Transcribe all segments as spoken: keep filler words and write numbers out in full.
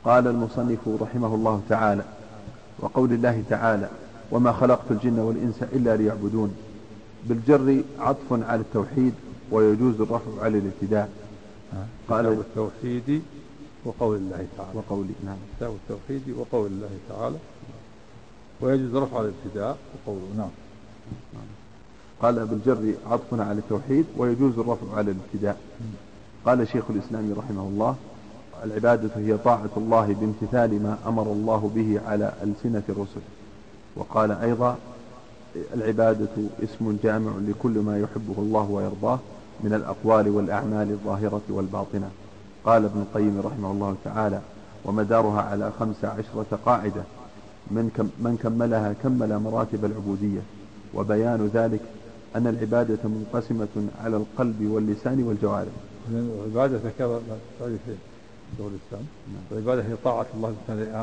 قال المصنف رحمه الله تعالى: وقول الله تعالى: وما خلقت الجن والإنس إلا ليعبدون، بالجر عطف على التوحيد ويجوز الرفع على الابتداء. قال التوحيد وقول الله تعالى وقول نعم كتاب التوحيد وقول الله تعالى ويجوز رفع على الابتداء وقوله نعم. قال بالجر عطف على التوحيد ويجوز الرفع على الابتداء. قال شيخ الإسلام رحمه الله: العبادة هي طاعة الله بامتثال ما أمر الله به على ألسنة الرسل. وقال أيضا: العبادة اسم جامع لكل ما يحبه الله ويرضاه من الأقوال والأعمال الظاهرة والباطنة. قال ابن القيم رحمه الله تعالى: ومدارها على خمس عشرة قاعدة، من, كم من كملها كمل مراتب العبودية. وبيان ذلك أن العبادة منقسمة على القلب واللسان والجوارح. العبادة كما تعرف دور الإسلام، العبادة هي طاعة الله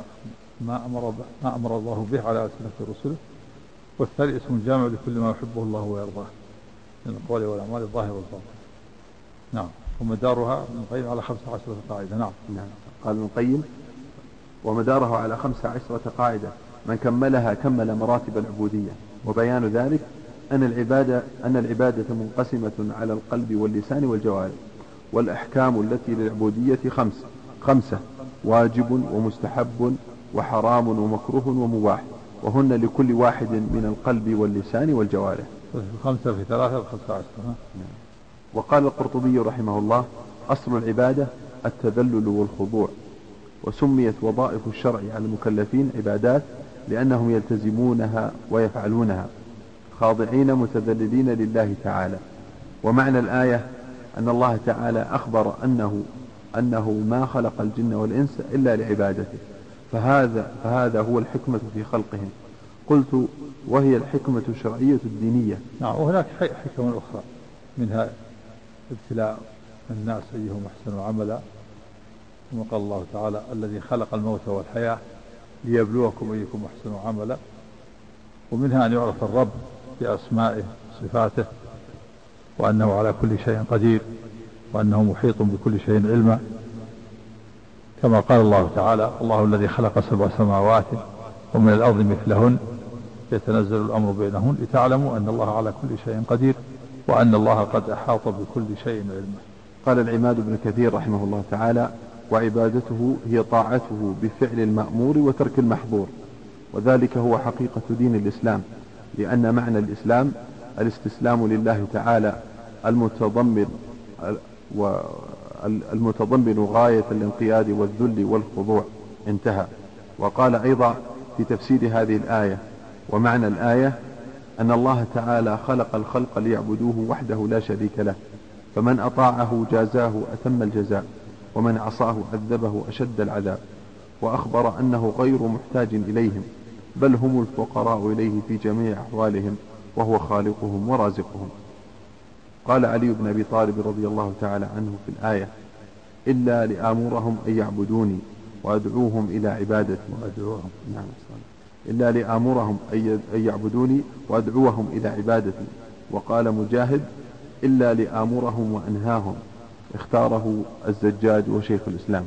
ما أمر ما أمر الله به على ألسنة الرسل. والثاني اسم جامع لكل ما يحبه الله ويرضاه من الأقوال والأعمال الظاهرة والباطنة. نعم. ومدارها ابن القيم على خمس عشرة قاعدة. نعم. نعم. قال ابن القيم: ومدارها على خمس عشرة قاعدة، من كملها كمل مراتب العبودية. وبيان ذلك أن العبادة أن العبادة منقسمة على القلب واللسان والجوارح. والأحكام التي للعبودية خمس خمسة: واجب ومستحب وحرام ومكروه ومباح، وهن لكل واحد من القلب واللسان والجوارح. خمسة في ثلاثة وخمسة عشرة. وقال القرطبي رحمه الله: أصل العبادة التذلل والخضوع. وسميت وظائف الشرع على المكلفين عبادات لأنهم يلتزمونها ويفعلونها خاضعين متذللين لله تعالى. ومعنى الآية أن الله تعالى أخبر أنه أنه ما خلق الجن والإنس إلا لعبادته، فهذا فهذا هو الحكمة في خلقهم. قلت: وهي الحكمة الشرعية الدينية. نعم. وهناك حكم أخرى، منها ابتلاء الناس أيهم أحسن عملا، ثم قال الله تعالى: الذي خلق الموت والحياة ليبلوكم أيكم أحسن عملا. ومنها أن يعرف الرب بأسمائه وصفاته، وأنه على كل شيء قدير، وأنه محيط بكل شيء علما، كما قال الله تعالى: الله الذي خلق سبع سماوات ومن الأرض مثلهن يتنزل الأمر بينهن لتعلموا أن الله على كل شيء قدير وأن الله قد أحاط بكل شيء علما. قال العماد بن كثير رحمه الله تعالى: وعبادته هي طاعته بفعل المأمور وترك المحظور، وذلك هو حقيقة دين الإسلام، لأن معنى الإسلام الاستسلام لله تعالى المتضمن والمتضمن غاية الانقياد والذل والخضوع. انتهى. وقال أيضا في تفسير هذه الآية: ومعنى الآية أن الله تعالى خلق الخلق ليعبدوه وحده لا شريك له، فمن أطاعه جازاه أتم الجزاء، ومن عصاه عذبه أشد العذاب. وأخبر أنه غير محتاج إليهم، بل هم الفقراء إليه في جميع أحوالهم، وهو خالقهم ورازقهم. قال علي بن أبي طالب رضي الله تعالى عنه في الآية: إلا لآمرهم أن يعبدوني وأدعوهم إلى عبادتي. وأدعوهم. نعم. إلا لآمرهم أن يعبدوني وأدعوهم إلى عبادتي. وقال مجاهد: إلا لآمرهم وأنهاهم. اختاره الزجاج وشيخ الإسلام.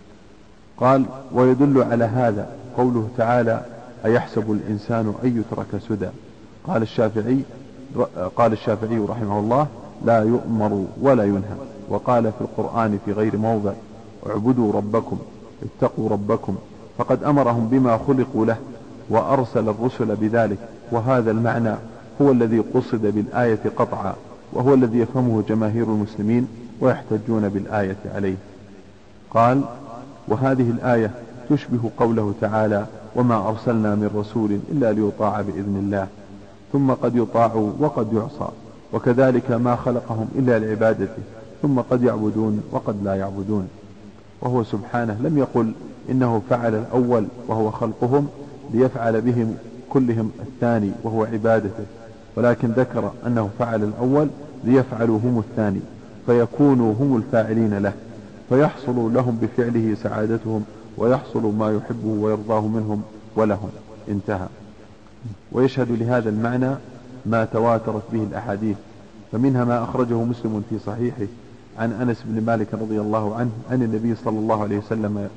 قال: ويدل على هذا قوله تعالى: أيحسب الإنسان أن يترك سدى. قال الشافعي قال الشافعي رحمه الله: لا يؤمر ولا ينهى. وقال في القرآن في غير موضع: اعبدوا ربكم اتقوا ربكم، فقد أمرهم بما خلقوا له وأرسل الرسل بذلك. وهذا المعنى هو الذي قصد بالآية قطعا، وهو الذي يفهمه جماهير المسلمين ويحتجون بالآية عليه. قال: وهذه الآية تشبه قوله تعالى: وما أرسلنا من رسول إلا ليطاع بإذن الله، ثم قد يطاع وقد يعصى. وكذلك ما خلقهم إلا لعبادته، ثم قد يعبدون وقد لا يعبدون. وهو سبحانه لم يقل إنه فعل الأول وهو خلقهم ليفعل بهم كلهم الثاني وهو عبادته، ولكن ذكر أنه فعل الأول ليفعلوا هم الثاني، فيكونوا هم الفاعلين له، فيحصل لهم بفعله سعادتهم، ويحصل ما يحبه ويرضاه منهم ولهم. انتهى. ويشهد لهذا المعنى ما تواترت به الأحاديث، فمنها ما أخرجه مسلم في صحيحه عن أنس بن مالك رضي الله عنه عن النبي صلى الله عليه وسلم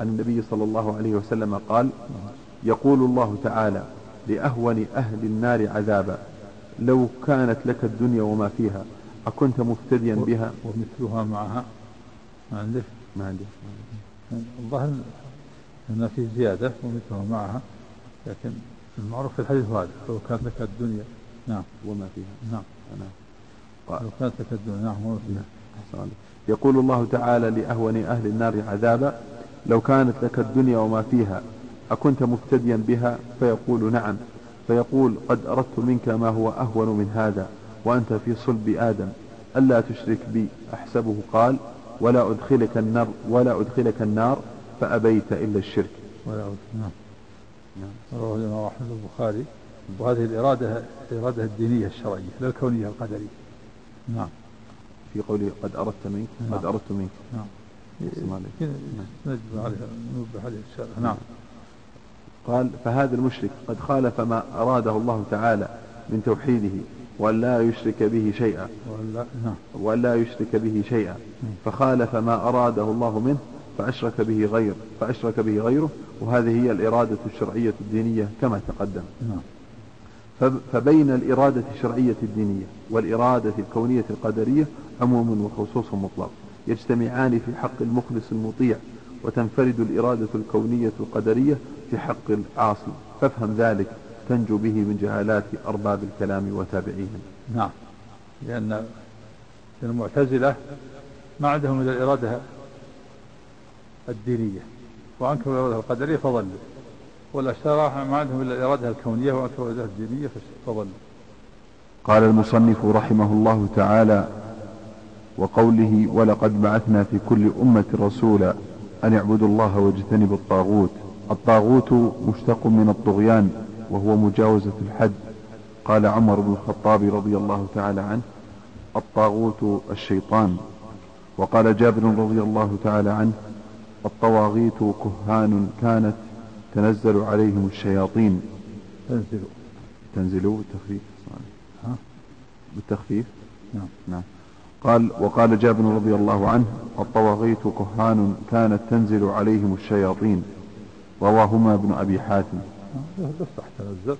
عن النبي صلى الله عليه وسلم قال يقول الله تعالى لأهون أهل النار عذابا لو كانت لك الدنيا وما فيها أكنت مفتديا بها ومثلها معها ما عندك ما عندي الظاهر أن في زيادة ومثلها معها لكن المعروف في الحديث هذا لو كانت لك الدنيا نعم وما فيها نعم نعم لو كانت لك الدنيا نعم وما فيها. يقول الله تعالى لأهون أهل النار عذابا لو كانت لك الدنيا وما فيها أكنت مفتديا بها فيقول نعم فيقول قد أردت منك ما هو أهون من هذا وأنت في صلب آدم ألا تشرك بي أحسبه قال ولا أدخلك النار ولا أدخلك النار فأبيت إلا الشرك. ولا نعم نعم رواه الإمام أحمد البخاري. وهذه الإرادة الإرادة الدينية الشرعية لا الكونية القدرية. نعم في قوله قد أردت منك نعم. قد أردت منك نعم نجب عليها نوبه عليه الشرع. نعم قال فهذا المشرك قد خالف ما أراده الله تعالى من توحيده وأن لا يشرك به شيئا وأن لا يشرك به شيئا فخالف ما أراده الله منه فأشرك به غير فأشرك به غيره وهذه هي الإرادة الشرعية الدينية كما تقدم. فبين الإرادة الشرعية الدينية والإرادة الكونية القدرية عموم وخصوص مطلق يجتمعان في حق المخلص المطيع وتنفرد الإرادة الكونية القدرية في حق العاصي فافهم ذلك تنجو به من جهالات أرباب الكلام وتابعيهم. نعم لأن المعتزلة ما عندهم إلا الإرادة الدينية وأنكروا الإرادة القدرية فضلوا والأشاعرة ما عندهم إلا الإرادة الكونية وأنكروا الإرادة الدينية فضلوا. قال المصنف رحمه الله تعالى وقوله ولقد بعثنا في كل أمة رسولا أن يعبدوا الله واجتنبوا الطاغوت. الطاغوت مشتق من الطغيان وهو مجاوزة الحد. قال عمر بن الخطاب رضي الله تعالى عنه الطاغوت الشيطان. وقال جابر رضي الله تعالى عنه الطواغيت كهان كانت تنزل عليهم الشياطين. تنزل تنزل بالتخفيف ها بالتخفيف نعم نعم. قال وقال جابر رضي الله عنه الطواغيت كهان كانت تنزل عليهم الشياطين. رواهما ابن أبي حاتم. تنزل.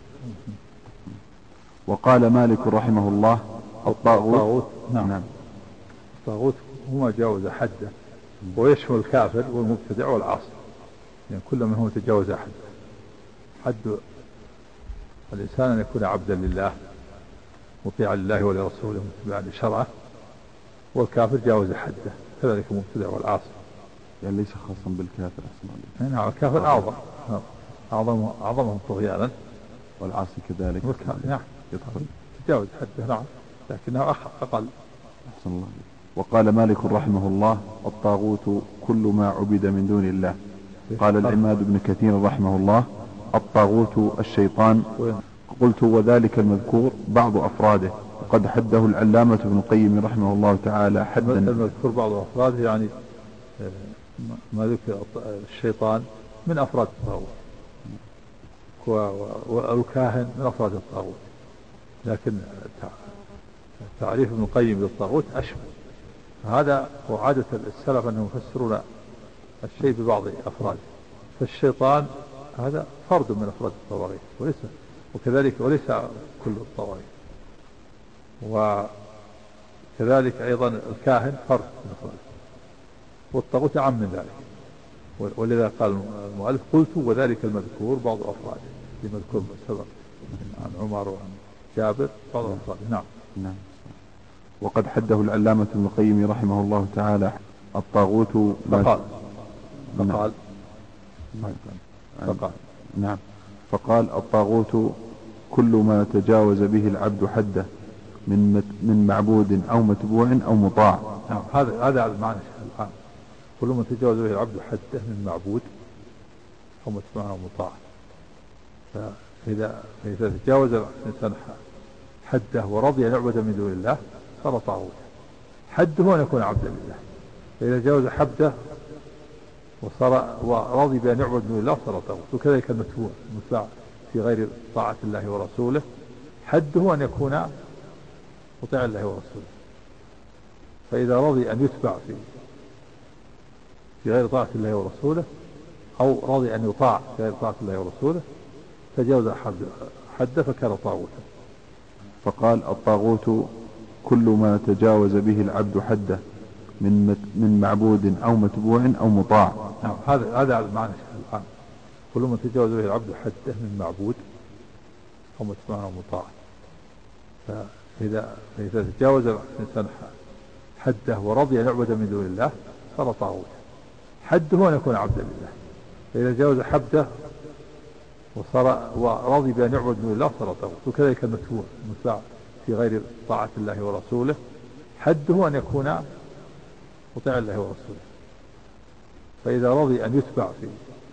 وقال مالك رحمه الله الطاغوت نعم. نعم الطاغوت هو ما جاوز حده ويشمل الكافر والمبتدع والعاصي يعني كل من هو تجاوز حده. حد الإنسان أن يكون عبدا لله مطيعا لله ولرسوله متبعا لشرعه والكافر جاوز حده كذلك المبتدع والعاصي. يعني ليس خاصا بالكافر أسمع نعم الكافر أعظم أعظم أعظمهم طغيانا والعاصي كذلك نعم يدخل تجاوز حده نعم لكنه أقل. أحسن الله. وقال مالك رحمه الله الطاغوت كل ما عبد من دون الله. قال العماد بن كثير رحمه الله الطاغوت الشيطان. قلت وذلك المذكور بعض أفراده وقد حده العلامة ابن القيم رحمه الله تعالى حدا. المذكور بعض أفراده يعني ما ذكر الشيطان من أفراد الطاغوت والكاهن من أفراد الطاغوت لكن تعريف ابن القيم للطاغوت أشمل. هذا وعادة السلف أنهم يفسرون الشيء ببعض أفراده فالشيطان هذا فرد من أفراد الطواغيت وليس وكذلك وليس كل الطواغيت. وكذلك أيضا الكاهن فرد من أفراده والطاغوت أعم من ذلك. ولذا قال المؤلف قلت وذلك المذكور بعض أفراده لمذكور سبق عن عمر وعن جابر بعض أفراده. نعم نعم. وقد حده العلامة ابن القيم رحمه الله تعالى الطاغوت فقال فقال فقال نعم فقال الطاغوت كل ما تجاوز به العبد حده من من معبود أو متبوع أو مطاع. نعم هذا هذا المعنى الآن كل ما تجاوز به العبد حده من معبود أو متبوع أو مطاع. فإذا فإذا تجاوز الإنسان حده ورضي أن يعبد من دون الله صار طاغوت. حده أن يكون عبدا لله. فإذا جاوز حده وصار ورضي بأن يعبد من دون الله صار طاغوت. وكذلك المتبوع المتباع في غير طاعة الله ورسوله حده أن يكون مطيع الله ورسوله. فإذا رضي أن يتبع في في غير طاعة الله ورسوله أو رضي أن يطاع في غير طاعة الله ورسوله تجاوز حده فكان طاغوتا. فقال الطاغوت كل ما تجاوز به العبد حده من من معبود أو متبوع أو مطاع. نعم هذا هذا المعنى الآن، كل ما تجاوز به العبد حده من معبود أو متبوع أو مطاع. فإذا فإذا تجاوز الإنسان حده ورضي أن يعبد من دون الله صار طاغوتا. حده أن يكون عبدا لله، فإذا جاوز حده وصار ورضي بأن يعبد من دون الله صار طاغوت. وكذلك المتبوع المتبع في غير طاعة الله ورسوله حده أن يكون مطيع الله ورسوله، فإذا رضي أن يتبع في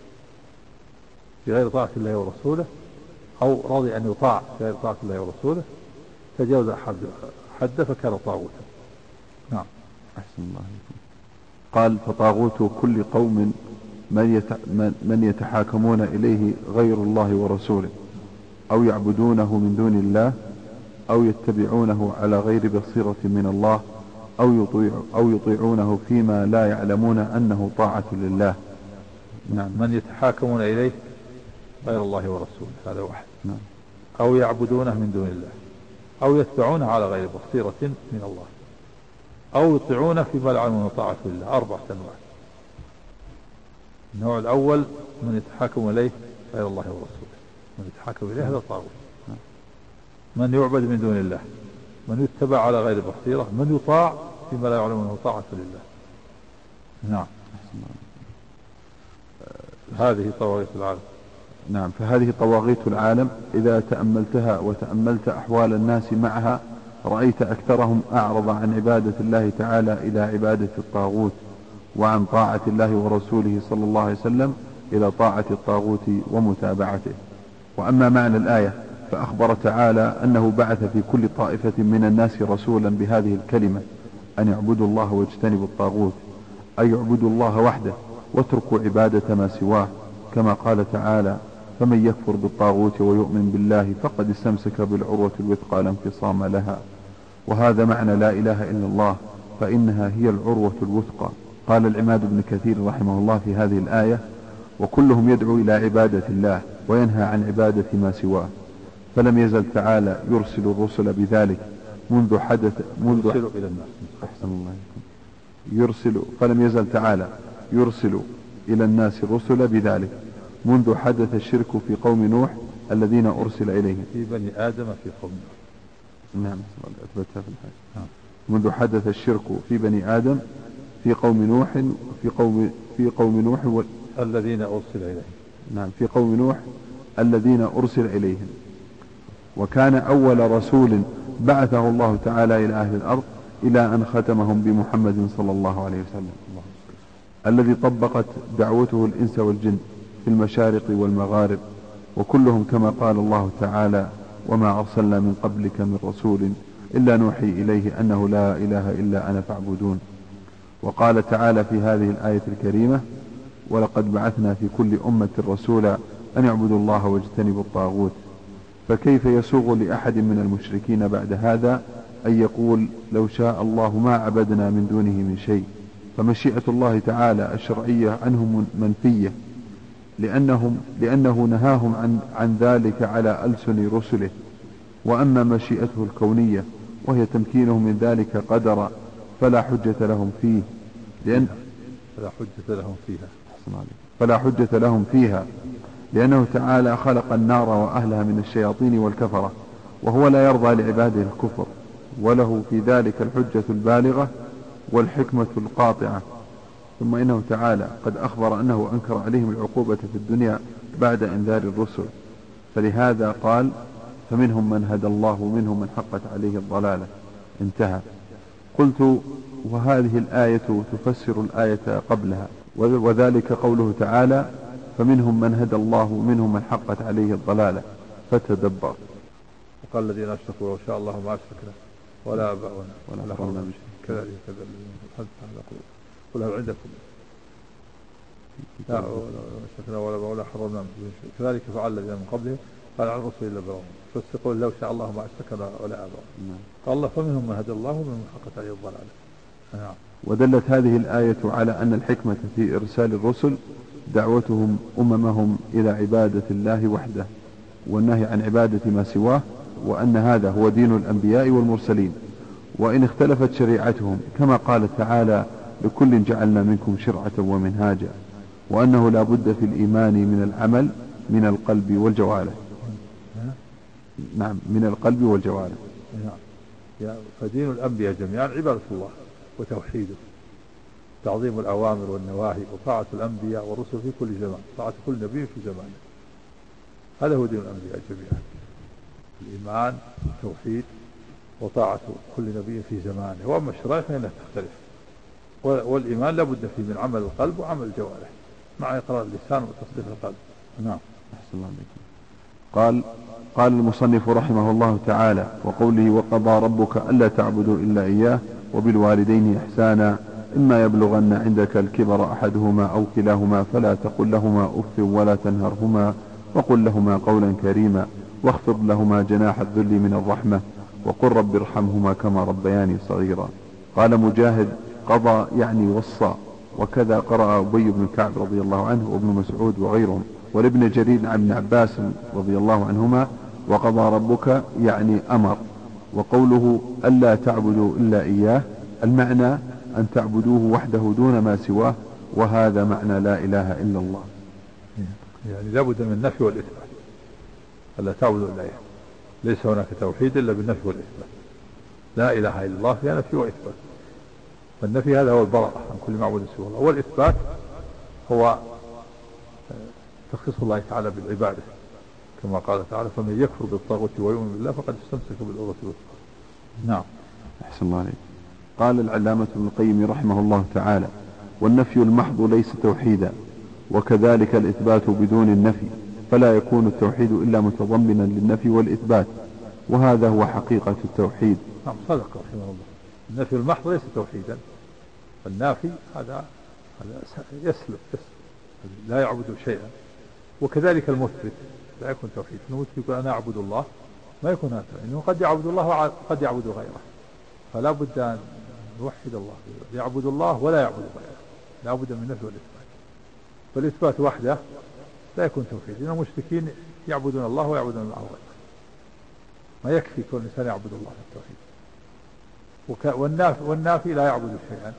في غير طاعة الله ورسوله أو رضي أن يطاع في غير طاعة الله ورسوله تجاوز حده فكان طاغوتا. نعم. أحسن الله عليكم. قال فطاغوت كل قوم من, من يتحاكمون إليه غير الله ورسوله أو يعبدونه من دون الله أو يتبعونه على غير بصيرة من الله أو, يطيع أو يطيعونه فيما لا يعلمون أنه طاعة لله. نعم. من يتحاكمون إليه غير الله ورسوله هذا واحد. نعم. أو يعبدونه من دون الله أو يتبعونه على غير بصيرة من الله أو يطيعونه فيما لا يعلمون طاعة لله. أربعة أنواع. النوع الأول من يتحاكم إليه غير الله ورسوله، من يتحاكم إليه هذا طاغوت. من يعبد من دون الله، من يتبع على غير بصيرة، من يطاع فيما لا يعلم أنه طاعة لله. نعم. هذه طواغيت العالم. نعم. فهذه طواغيت العالم إذا تأملتها وتأملت أحوال الناس معها رأيت أكثرهم أعرض عن عبادة الله تعالى إلى عبادة الطاغوت، وعن طاعة الله ورسوله صلى الله عليه وسلم إلى طاعة الطاغوت ومتابعته. وأما معنى الآية فأخبر تعالى أنه بعث في كل طائفة من الناس رسولا بهذه الكلمة أن يعبدوا الله واجتنبوا الطاغوت، أي يعبدوا الله وحده واتركوا عبادة ما سواه، كما قال تعالى فمن يكفر بالطاغوت ويؤمن بالله فقد استمسك بالعروة الوثقى لا انفصام لها. وهذا معنى لا إله إلا الله، فإنها هي العروة الوثقى. قال العماد بن كثير رحمه الله في هذه الآية وكلهم يدعو إلى عبادة الله وينهى عن عبادة ما سواه، فلم يزل تعالى يرسل الرسل بذلك منذ حدث منذ يرسل إلى الناس. أحسن الله يرسل فلم يزل تعالى يرسل إلى الناس الرسل بذلك منذ حدث الشرك في قوم نوح الذين أرسل إليهم. في بني آدم في قوم نوح. نعم. أثبتها في الحاجة. منذ حدث الشرك في بني آدم في قوم نوح في قوم في قوم نوح و... الذين أرسل إليهم. نعم. في قوم نوح الذين أرسل إليهم. وكان أول رسول بعثه الله تعالى إلى أهل الأرض إلى أن ختمهم بمحمد صلى الله عليه وسلم، الذي طبقت دعوته الإنس والجن في المشارق والمغارب، وكلهم كما قال الله تعالى وما أرسلنا من قبلك من رسول إلا نوحي إليه أنه لا إله إلا أنا فاعبدون. وقال تعالى في هذه الآية الكريمة ولقد بعثنا في كل أمة رسولا أن يعبدوا الله واجتنبوا الطاغوت. فكيف يسوغ لأحد من المشركين بعد هذا أن يقول لو شاء الله ما عبدنا من دونه من شيء؟ فمشيئة الله تعالى الشرعية عنهم منفية، لأنهم لأنه نهاهم عن, عن ذلك على ألسن رسله. وأما مشيئته الكونية وهي تمكينهم من ذلك قدرا فلا حجة لهم فيه، لأن فلا حجة لهم فيها فلا حجة لهم فيها لأنه تعالى خلق النار وأهلها من الشياطين والكفرة، وهو لا يرضى لعباده الكفر، وله في ذلك الحجة البالغة والحكمة القاطعة. ثم إنه تعالى قد أخبر أنه أنكر عليهم العقوبة في الدنيا بعد إنذار الرسل، فلهذا قال فمنهم من هدى الله ومنهم من حقت عليه الضلالة. انتهى. قلت وهذه الآية تفسر الآية قبلها، وذلك قوله تعالى فمنهم من هدى الله ومنهم من حقت عليه الضلالة، فتدبر. وقال الذين أشركوا لو شاء الله ما أشركنا ولا أباؤنا ولا حرمنا بشيء كذلك كذلك قل هل عندكم لا أشركنا ولا ولا حرمنا بشيء كذلك فعل الذين من قبلهم قال عن الرسل إلا بلغوا فاستقول لو شاء الله ما أشركنا ولا أباؤنا. قال الله فمنهم من هدى الله ومنهم من حقت عليه الضلالة. نعم. ودلت هذه الآية على أن الحكمة في إرسال الرسل دعوتهم أممهم إلى عبادة الله وحده والنهي عن عبادة ما سواه، وأن هذا هو دين الأنبياء والمرسلين، وإن اختلفت شريعتهم كما قال تعالى لكل جعلنا منكم شرعة ومنهاجا، وأنه لا بد في الإيمان من العمل من القلب والجوارح. نعم، من القلب والجوارح. نعم. فدين الأنبياء جميعا عبادة الله وتوحيده، تعظيم الأوامر والنواهي، وطاعة الأنبياء والرسل في كل زمان، طاعة كل نبي في زمانه. هذا هو دين الأنبياء جميعا، الإيمان والتوحيد وطاعة كل نبي في زمانه. وأما الشرائع فإنها تختلف، والإيمان لابد فيه من عمل القلب وعمل الجوارح مع إقرار اللسان وتصديق القلب. نعم. أحسن الله عليكم. قال قال المصنف رحمه الله تعالى: وقوله وقضى ربك ألا تعبدوا إلا إياه وبالوالدين إحسانا إما يبلغن عندك الكبر أحدهما أو كلاهما فلا تقل لهما أف ولا تنهرهما وقل لهما قولا كريما واخفض لهما جناح الذل من الرحمة وقل رب ارحمهما كما ربياني صغيرا. قال مجاهد: قضى يعني وصى، وكذا قرأ أبي بن كعب رضي الله عنه وابن مسعود وغيرهم. ولابن جرير عن ابن عباس رضي الله عنهما: وقضى ربك يعني أمر. وقوله ألا تعبدوا إلا إياه المعنى أن تعبدوه وحده دون ما سواه، وهذا معنى لا إله إلا الله. يعني لابد من النفي والإثبات، ألا تعبدوا إلا إياه، ليس هناك توحيد إلا بالنفي والإثبات. لا إله إلا الله فيها نفي وإثبات، والنفي هذا هو البراءة عن كل معبود سوى الله، والإثبات هو تخصيص الله تعالى بالعبادة كما قال تعالى: فمن يكفر بالطاغوت ويؤمن بالله فقد استمسك بالعروة الوثقى. نعم. أحسن الله عليك. قال العلامة ابن القيم رحمه الله تعالى: والنفي المحض ليس توحيدا، وكذلك الإثبات بدون النفي، فلا يكون التوحيد إلا متضمنا للنفي والإثبات، وهذا هو حقيقة التوحيد. نعم، صدق رحمه الله. النفي المحض ليس توحيدا، النافي هذا هذا يسلب لا يعبد شيئا، وكذلك المثبت لا يكون توحيد. المثبت يقول أنا أعبد الله، ما يكون هذا، إنه قد يعبد الله وقد يعبد غيره، فلا بد أن نوحد الله، يعبد الله ولا يعبد غيره، لا بد من النفي والإثبات. فالإثبات وحده لا يكون توحيد، لأن المشركين يعبدون الله ويعبدون الله غيره، ما يكفي كل إنسان يعبد الله في التوحيد. والنافي, والنافي لا يعبد شيئا،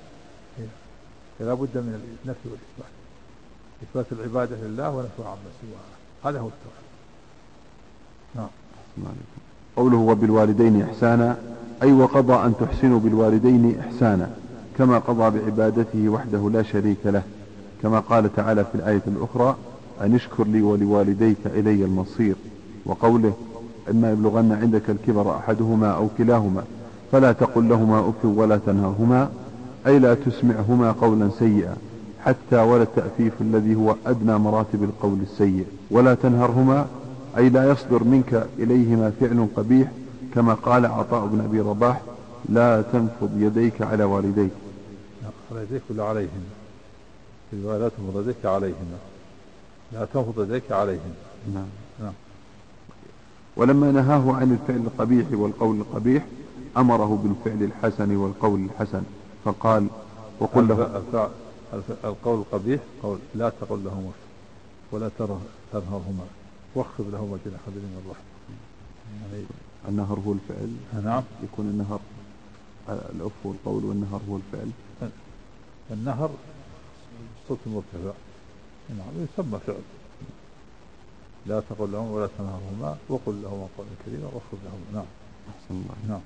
فلا بد من النفي والإثبات، إثبات العبادة لله ونفي عما سواها، هذا هو التوحيد. نعم. قوله وبالوالدين إحسانا أي وقضى أن تحسنوا بالوالدين إحسانا كما قضى بعبادته وحده لا شريك له، كما قال تعالى في الآية الأخرى: أن اشكر لي ولوالديك إلي المصير. وقوله: إما يبلغن عندك الكبر أحدهما أو كلاهما فلا تقل لهما أف ولا تنهرهما، أي لا تسمعهما قولا سيئا حتى ولا التأفيف الذي هو أدنى مراتب القول السيء. ولا تنهرهما أي لا يصدر منك إليهما فعل قبيح، كما قال عطاء بن أبي رباح: لا تنفض يديك على والديك. على يديك ولا عليهم؟ لا تنفض يديك عليهما، لا تنفض يديك عليهم. نعم. نعم. ولما نهاه عن الفعل القبيح والقول القبيح أمره بالفعل الحسن والقول الحسن، فقال: وقل له القول القبيح قول لا تقل لهما ولا تنهرهما واخفض لهما جناح الذل من الرحمة. يعني النهر هو الفعل. نعم. يكون النهر الأف والقول، والنهر هو الفعل. النهر صوت مرتفع، نعم، يسمى فعل. لا تقل لهم ولا تنهرهما وقل لهما قولا كريما واخفض لهما. نعم. أحسن الله. نعم.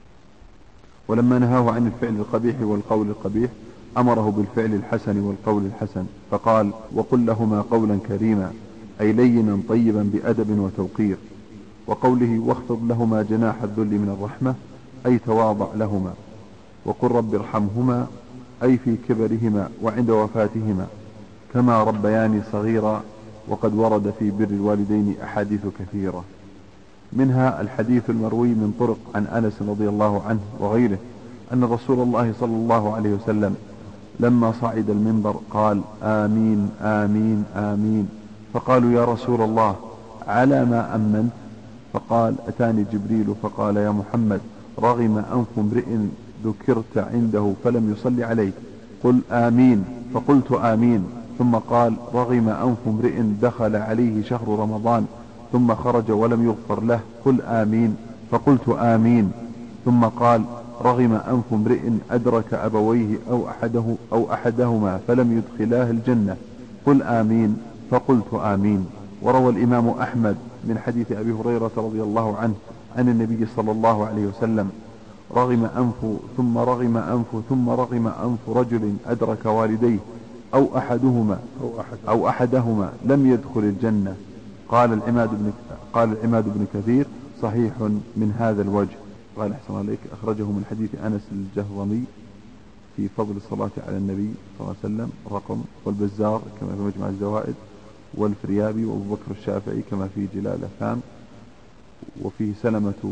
ولما نهاه عن الفعل القبيح والقول القبيح أمره بالفعل الحسن والقول الحسن، فقال: وقل لهما قولا كريما أي لينا طيبا بأدب وتوقير. وقوله: واخفض لهما جناح الذل من الرحمة أي تواضع لهما. وقل رب ارحمهما أي في كبرهما وعند وفاتهما كما ربياني صغيرا. وقد ورد في بر الوالدين أحاديث كثيرة، منها الحديث المروي من طرق عن أنس رضي الله عنه وغيره أن رسول الله صلى الله عليه وسلم لما صعد المنبر قال: آمين آمين آمين. فقالوا: يا رسول الله على ما أمنت؟ فقال: أتاني جبريل فقال: يا محمد رغم أنف امرئ ذكرت عنده فلم يصلي عليك قل آمين، فقلت آمين. ثم قال رغم أنف امرئ دخل عليه شهر رمضان ثم خرج ولم يغفر له قل آمين، فقلت آمين. ثم قال رغم أنف امرئ أدرك أبويه أو أحده أو أحدهما فلم يدخلاه الجنة قل آمين، فقلت آمين. وروى الإمام أحمد من حديث أبي هريرة رضي الله عنه عن النبي صلى الله عليه وسلم رغم أنف ثم رغم أنف ثم رغم أنف رجل أدرك والديه أو أحدهما أو, أحد أو أحدهما لم يدخل الجنة. قال العماد بن قال العماد بن كثير صحيح من هذا الوجه. قال أحسن عليك أخرجه من حديث أنس الجهضمي في فضل الصلاة على النبي صلى الله عليه وسلم رقم، والبزار كما في مجمع الزوائد، والفريابي وأبو بكر الشافعي كما في جلال الأفهام، وفيه سلمة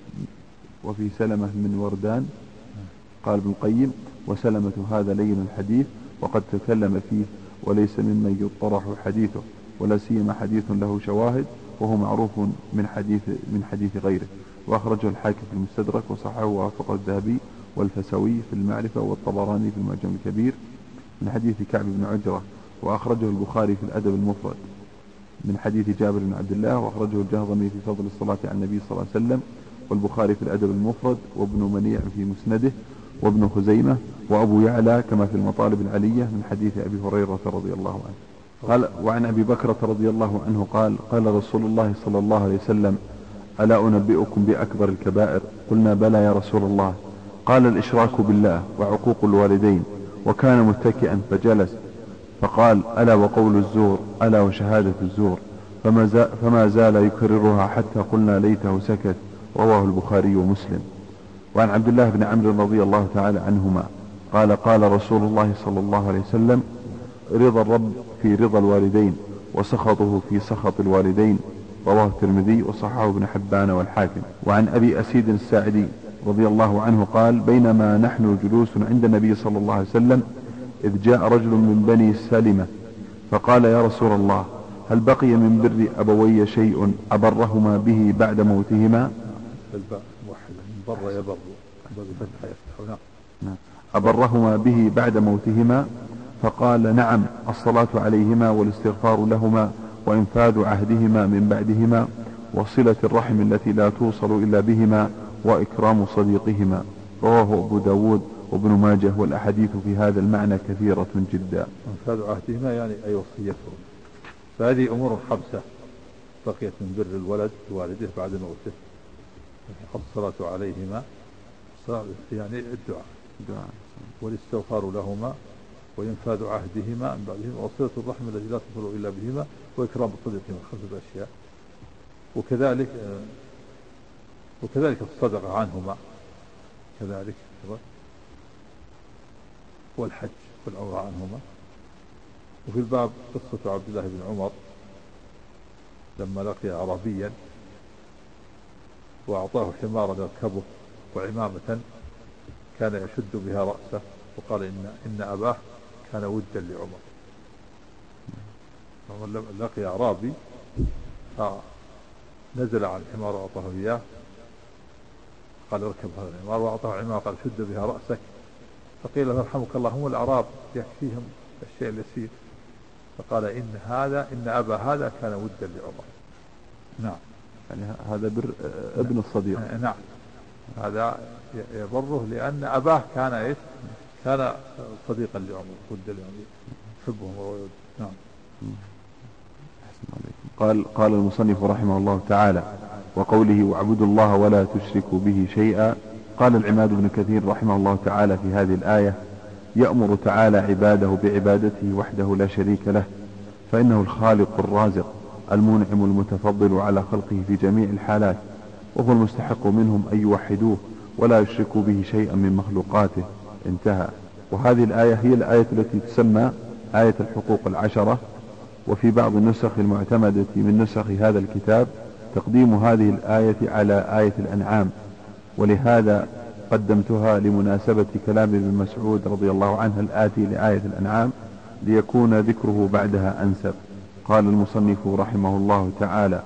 وفي سلمة من وردان. قال ابن القيم وسلمة هذا لين الحديث وقد تكلم فيه وليس ممن يطرح حديثه ولا سيما حديث له شواهد وهو معروف من حديث من حديث غيره. وأخرجه الحاكم في المستدرك وصححه ووافقه الذهبي والفسوي في المعرفة والطبراني في المعجم الكبير من حديث كعب بن عجرة. وأخرجه البخاري في الأدب المفرد من حديث جابر بن عبد الله. وأخرجه الجهضمي في فضل الصلاة على النبي صلى الله عليه وسلم، والبخاري في الأدب المفرد، وابن منيع في مسنده، وابن خزيمة، وأبو يعلى كما في المطالب العلية من حديث أبي هريرة رضي الله عنه. قال وعن أبي بكرة رضي الله عنه قال قال رسول الله صلى الله عليه وسلم ألا أنبئكم بأكبر الكبائر؟ قلنا بلى يا رسول الله. قال الإشراك بالله وعقوق الوالدين. وكان متكئا فجلس فقال ألا وقول الزور ألا وشهادة الزور، فما زال, فما زال يكررها حتى قلنا ليته سكت. رواه البخاري ومسلم. وعن عبد الله بن عمرو رضي الله تعالى عنهما قال قال رسول الله صلى الله عليه وسلم رضا الرب في رضا الوالدين وسخطه في سخط الوالدين. رواه الترمذي وصححه ابن حبان والحاكم. وعن أبي أسيد الساعدي رضي الله عنه قال بينما نحن جلوس عند النبي صلى الله عليه وسلم إذ جاء رجل من بني سلمة فقال يا رسول الله هل بقي من بر أبوي شيء أبرهما به بعد موتهما؟ الباء موحدة من بر يبر بفتح يفتح. نعم. أبرهما به بعد موتهما؟ فقال نعم، الصلاة عليهما والاستغفار لهما وإنفاذ عهدهما من بعدهما وصلة الرحم التي لا توصل إلا بهما وإكرام صديقهما. رواه أبو داود وابن ماجه والأحاديث في هذا المعنى كثيرة جدا. إنفاذ عهدهما يعني أي وصيته. فهذه أمور خمسة بقيت من بر الولد والده بعد موته. الصلاة عليهما يعني الدعاء والاستغفار لهما وإنفاذ عهدهما من بعدهما وصلة الرحم التي لا تصل إلا بهما وإكرام صديقهما. خمسة أشياء. وكذلك وكذلك الصدقة عنهما كذلك، والحج والعمرة عنهما. وفي الباب قصة عبد الله بن عمر لما لقي أعرابيا وأعطاه حمارا يركبه وعمامة كان يشد بها رأسه وقال إن, إن أباه كان ودا لعمر. عمر لقي أعرابي نزل عن الحمار وأعطاه إياه قال اركب هذا الحمار وأعطاه عمامة قال شد بها رأسك. فقيل له رحمك الله هم الأعراب يكفيهم الشيء اليسير. فقال إن هذا إن أبا هذا كان ودا لعمر. نعم. يعني هذا بر ابن الصديق. نعم هذا يبره لأن أباه كان إيش كان صديقا لعمر ودا لعمر يحبهم ويود. نعم. قال قال المصنف رحمه الله تعالى وقوله واعبدوا الله ولا تشركوا به شيئا. قال العماد بن كثير رحمه الله تعالى في هذه الآية يأمر تعالى عباده بعبادته وحده لا شريك له، فإنه الخالق الرازق المنعم المتفضل على خلقه في جميع الحالات، وهو المستحق منهم أن يوحدوه ولا يشركوا به شيئا من مخلوقاته. انتهى. وهذه الآية هي الآية التي تسمى آية الحقوق العشرة. وفي بعض النسخ المعتمدة من نسخ هذا الكتاب تقديم هذه الآية على آية الأنعام، ولهذا قدمتها لمناسبة كلام ابن مسعود رضي الله عنه الآتي لآية الأنعام ليكون ذكره بعدها أنسب. قال المصنف رحمه الله تعالى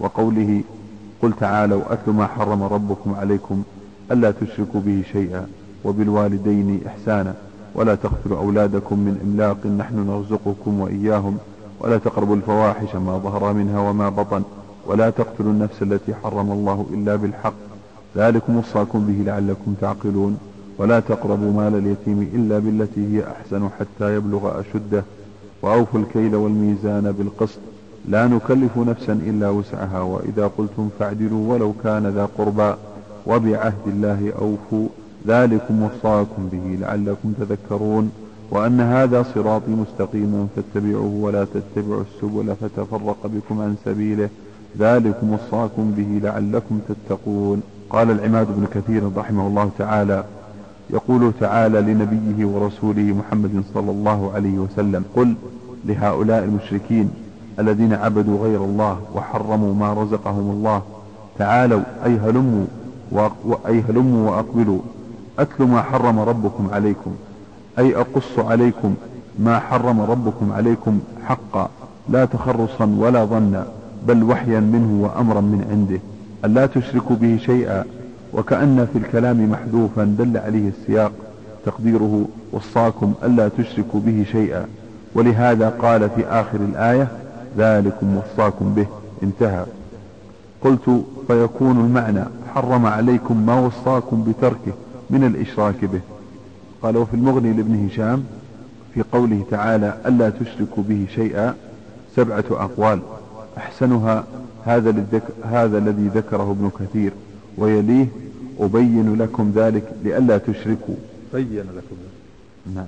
وقوله قل تعالوا أتل ما حرم ربكم عليكم ألا تشركوا به شيئا وبالوالدين إحسانا ولا تقتلوا أولادكم من إملاق نحن نرزقكم وإياهم ولا تقربوا الفواحش ما ظهر منها وما بطن ولا تقتلوا النفس التي حرم الله إلا بالحق ذلكم وصاكم به لعلكم تعقلون ولا تقربوا مال اليتيم إلا بالتي هي أحسن حتى يبلغ أشده وأوفوا الكيل والميزان بالقسط لا نكلف نفسا إلا وسعها وإذا قلتم فاعدلوا ولو كان ذا قربى وبعهد الله أوفوا ذلكم وصاكم به لعلكم تذكرون وأن هذا صراطي مستقيما فاتبعوه ولا تتبعوا السبل فتفرق بكم عن سبيله ذلكم وصاكم به لعلكم تتقون. قال العماد بن كثير رحمه الله تعالى يقول تعالى لنبيه ورسوله محمد صلى الله عليه وسلم قل لهؤلاء المشركين الذين عبدوا غير الله وحرموا ما رزقهم الله تعالوا أي هلموا أي هلموا وأقبلوا أتل ما حرم ربكم عليكم أي أقص عليكم ما حرم ربكم عليكم حقا لا تخرصا ولا ظنا بل وحيا منه وأمرا من عنده ألا تشركوا به شيئا وكأن في الكلام محذوفا دل عليه السياق تقديره وصاكم ألا تشركوا به شيئا ولهذا قال في آخر الآية ذلكم وصاكم به انتهى. قلت فيكون المعنى حرم عليكم ما وصاكم بتركه من الإشراك به. قال وفي المغني لابن هشام في قوله تعالى ألا تشركوا به شيئا سبعة أقوال أحسنها هذا, الذك... هذا الذي ذكره ابن كثير ويليه أبين لكم ذلك لئلا تشركوا. بين لكم نعم.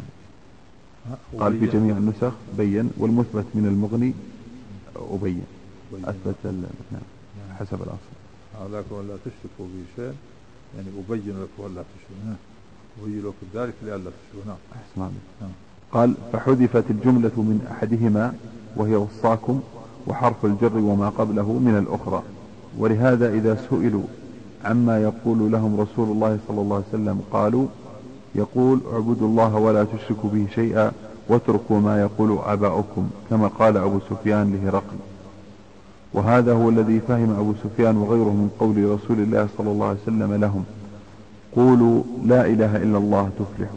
قال في جميع النسخ بين والمثبت من المغني أبين أثبت نعم حسب الأصل. لكم ألا تشركوا به شيء يعني أبين لكم ألا تشركوا أبين لكم ذلك لئلا تشركوا. نعم أحسن. قال فحذفت الجملة من أحدهما وهي وصاكم وحرف الجر وما قبله من الأخرى ولهذا إذا سئلوا عما يقول لهم رسول الله صلى الله عليه وسلم قالوا يقول اعبدوا الله ولا تشركوا به شيئا واتركوا ما يقول آباؤكم كما قال أبو سفيان لهرقل وهذا هو الذي فهم أبو سفيان وغيره من قول رسول الله صلى الله عليه وسلم لهم قولوا لا إله إلا الله تفلحوا.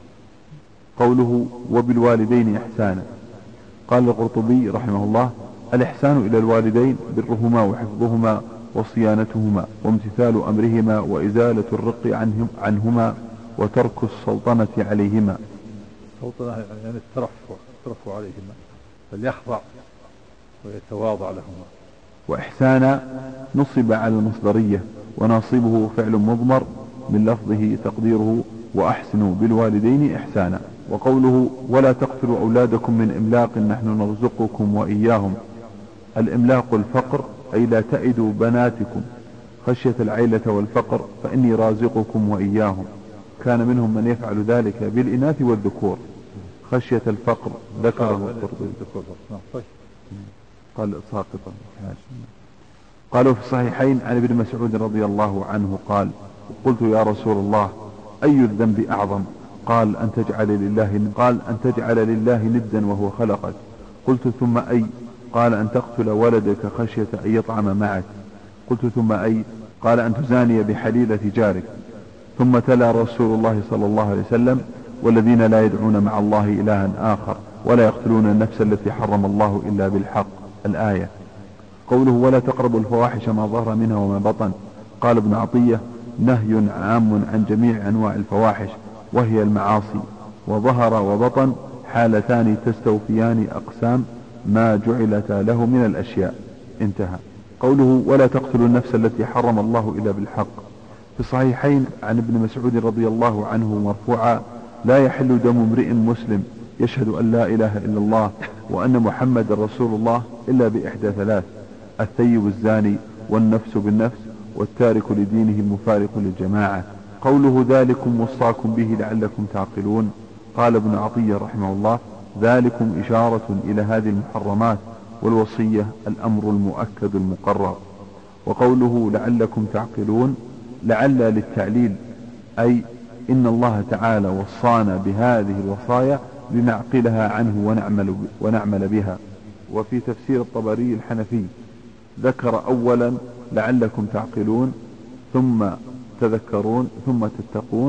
قوله وبالوالدين إحسانا قال القرطبي رحمه الله الإحسان إلى الوالدين برهما وحفظهما وصيانتهما وامتثال أمرهما وإزالة الرق عنهم عنهما وترك السلطنة عليهما. السلطنة يعني الترفع الترفع عليهما فليخضع ويتواضع لهما. وإحسانا نصب على المصدرية وناصبه فعل مضمر من لفظه تقديره وأحسنوا بالوالدين إحسانا. وقوله ولا تقتلوا أولادكم من إملاق نحن نرزقكم وإياهم الإملاق الفقر أي لا تئدوا بناتكم خشية العيلة والفقر فإني رازقكم وإياهم. كان منهم من يفعل ذلك بالإناث والذكور خشية الفقر ذكره القرطبي قال ساقطا. قالوا في الصحيحين عن ابن مسعود رضي الله عنه قال قلت يا رسول الله أي الذنب أعظم قال أن تجعل لله قال أن تجعل لله ندا وهو خلقك قلت ثم أي قال أن تقتل ولدك خشية أن يطعم معك قلت ثم أي قال أن تزاني بحليلة جارك ثم تلا رسول الله صلى الله عليه وسلم والذين لا يدعون مع الله إلها آخر ولا يقتلون النفس التي حرم الله إلا بالحق الآية. قوله ولا تقربوا الفواحش ما ظهر منها وما بطن قال ابن عطية نهي عام عن جميع أنواع الفواحش وهي المعاصي وظهر وبطن حالتان تستوفيان أقسام ما جعلت له من الأشياء انتهى. قوله ولا تقتلوا النفس التي حرم الله إلا بالحق في الصحيحين عن ابن مسعود رضي الله عنه مرفوعا لا يحل دم امرئ مسلم يشهد أن لا إله إلا الله وأن محمد رسول الله إلا بإحدى ثلاث الثيب الزاني والنفس بالنفس والتارك لدينه المفارق للجماعة. قوله ذلكم وصاكم به لعلكم تعقلون قال ابن عطية رحمه الله ذلكم إشارة إلى هذه المحرمات والوصية الأمر المؤكد المقرر. وقوله لعلكم تعقلون لعل للتعليل أي إن الله تعالى وصانا بهذه الوصايا لنعقلها عنه ونعمل, ونعمل بها. وفي تفسير الطبري الحنفي ذكر أولا لعلكم تعقلون ثم تذكرون ثم تتقون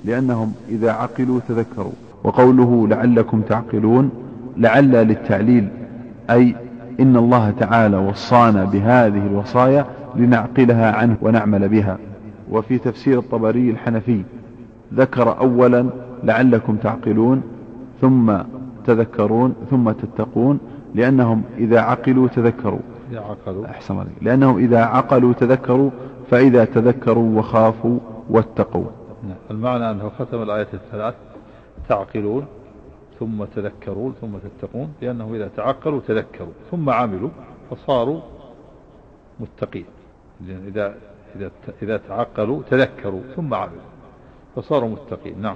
لأنهم إذا عقلوا تذكروا. وقوله لعلكم تعقلون لعل للتعليل، أي إن الله تعالى وصانا بهذه الوصايا لنعقلها عنه ونعمل بها. وفي تفسير الطبري الحنفي ذكر أولا لعلكم تعقلون ثم تذكرون ثم تتقون، لأنهم إذا عقلوا تذكروا أحسن عليك. لأنهم إذا عقلوا تذكروا، فإذا تذكروا وخافوا واتقوا. المعنى أنه ختم الآية الثلاث تعقلون ثم تذكرون ثم تتقون، لأنهم إذا تعقلوا تذكروا ثم عملوا فصاروا متقين. إذا إذا إذا تعقلوا تذكروا ثم عملوا فصاروا متقين. نعم.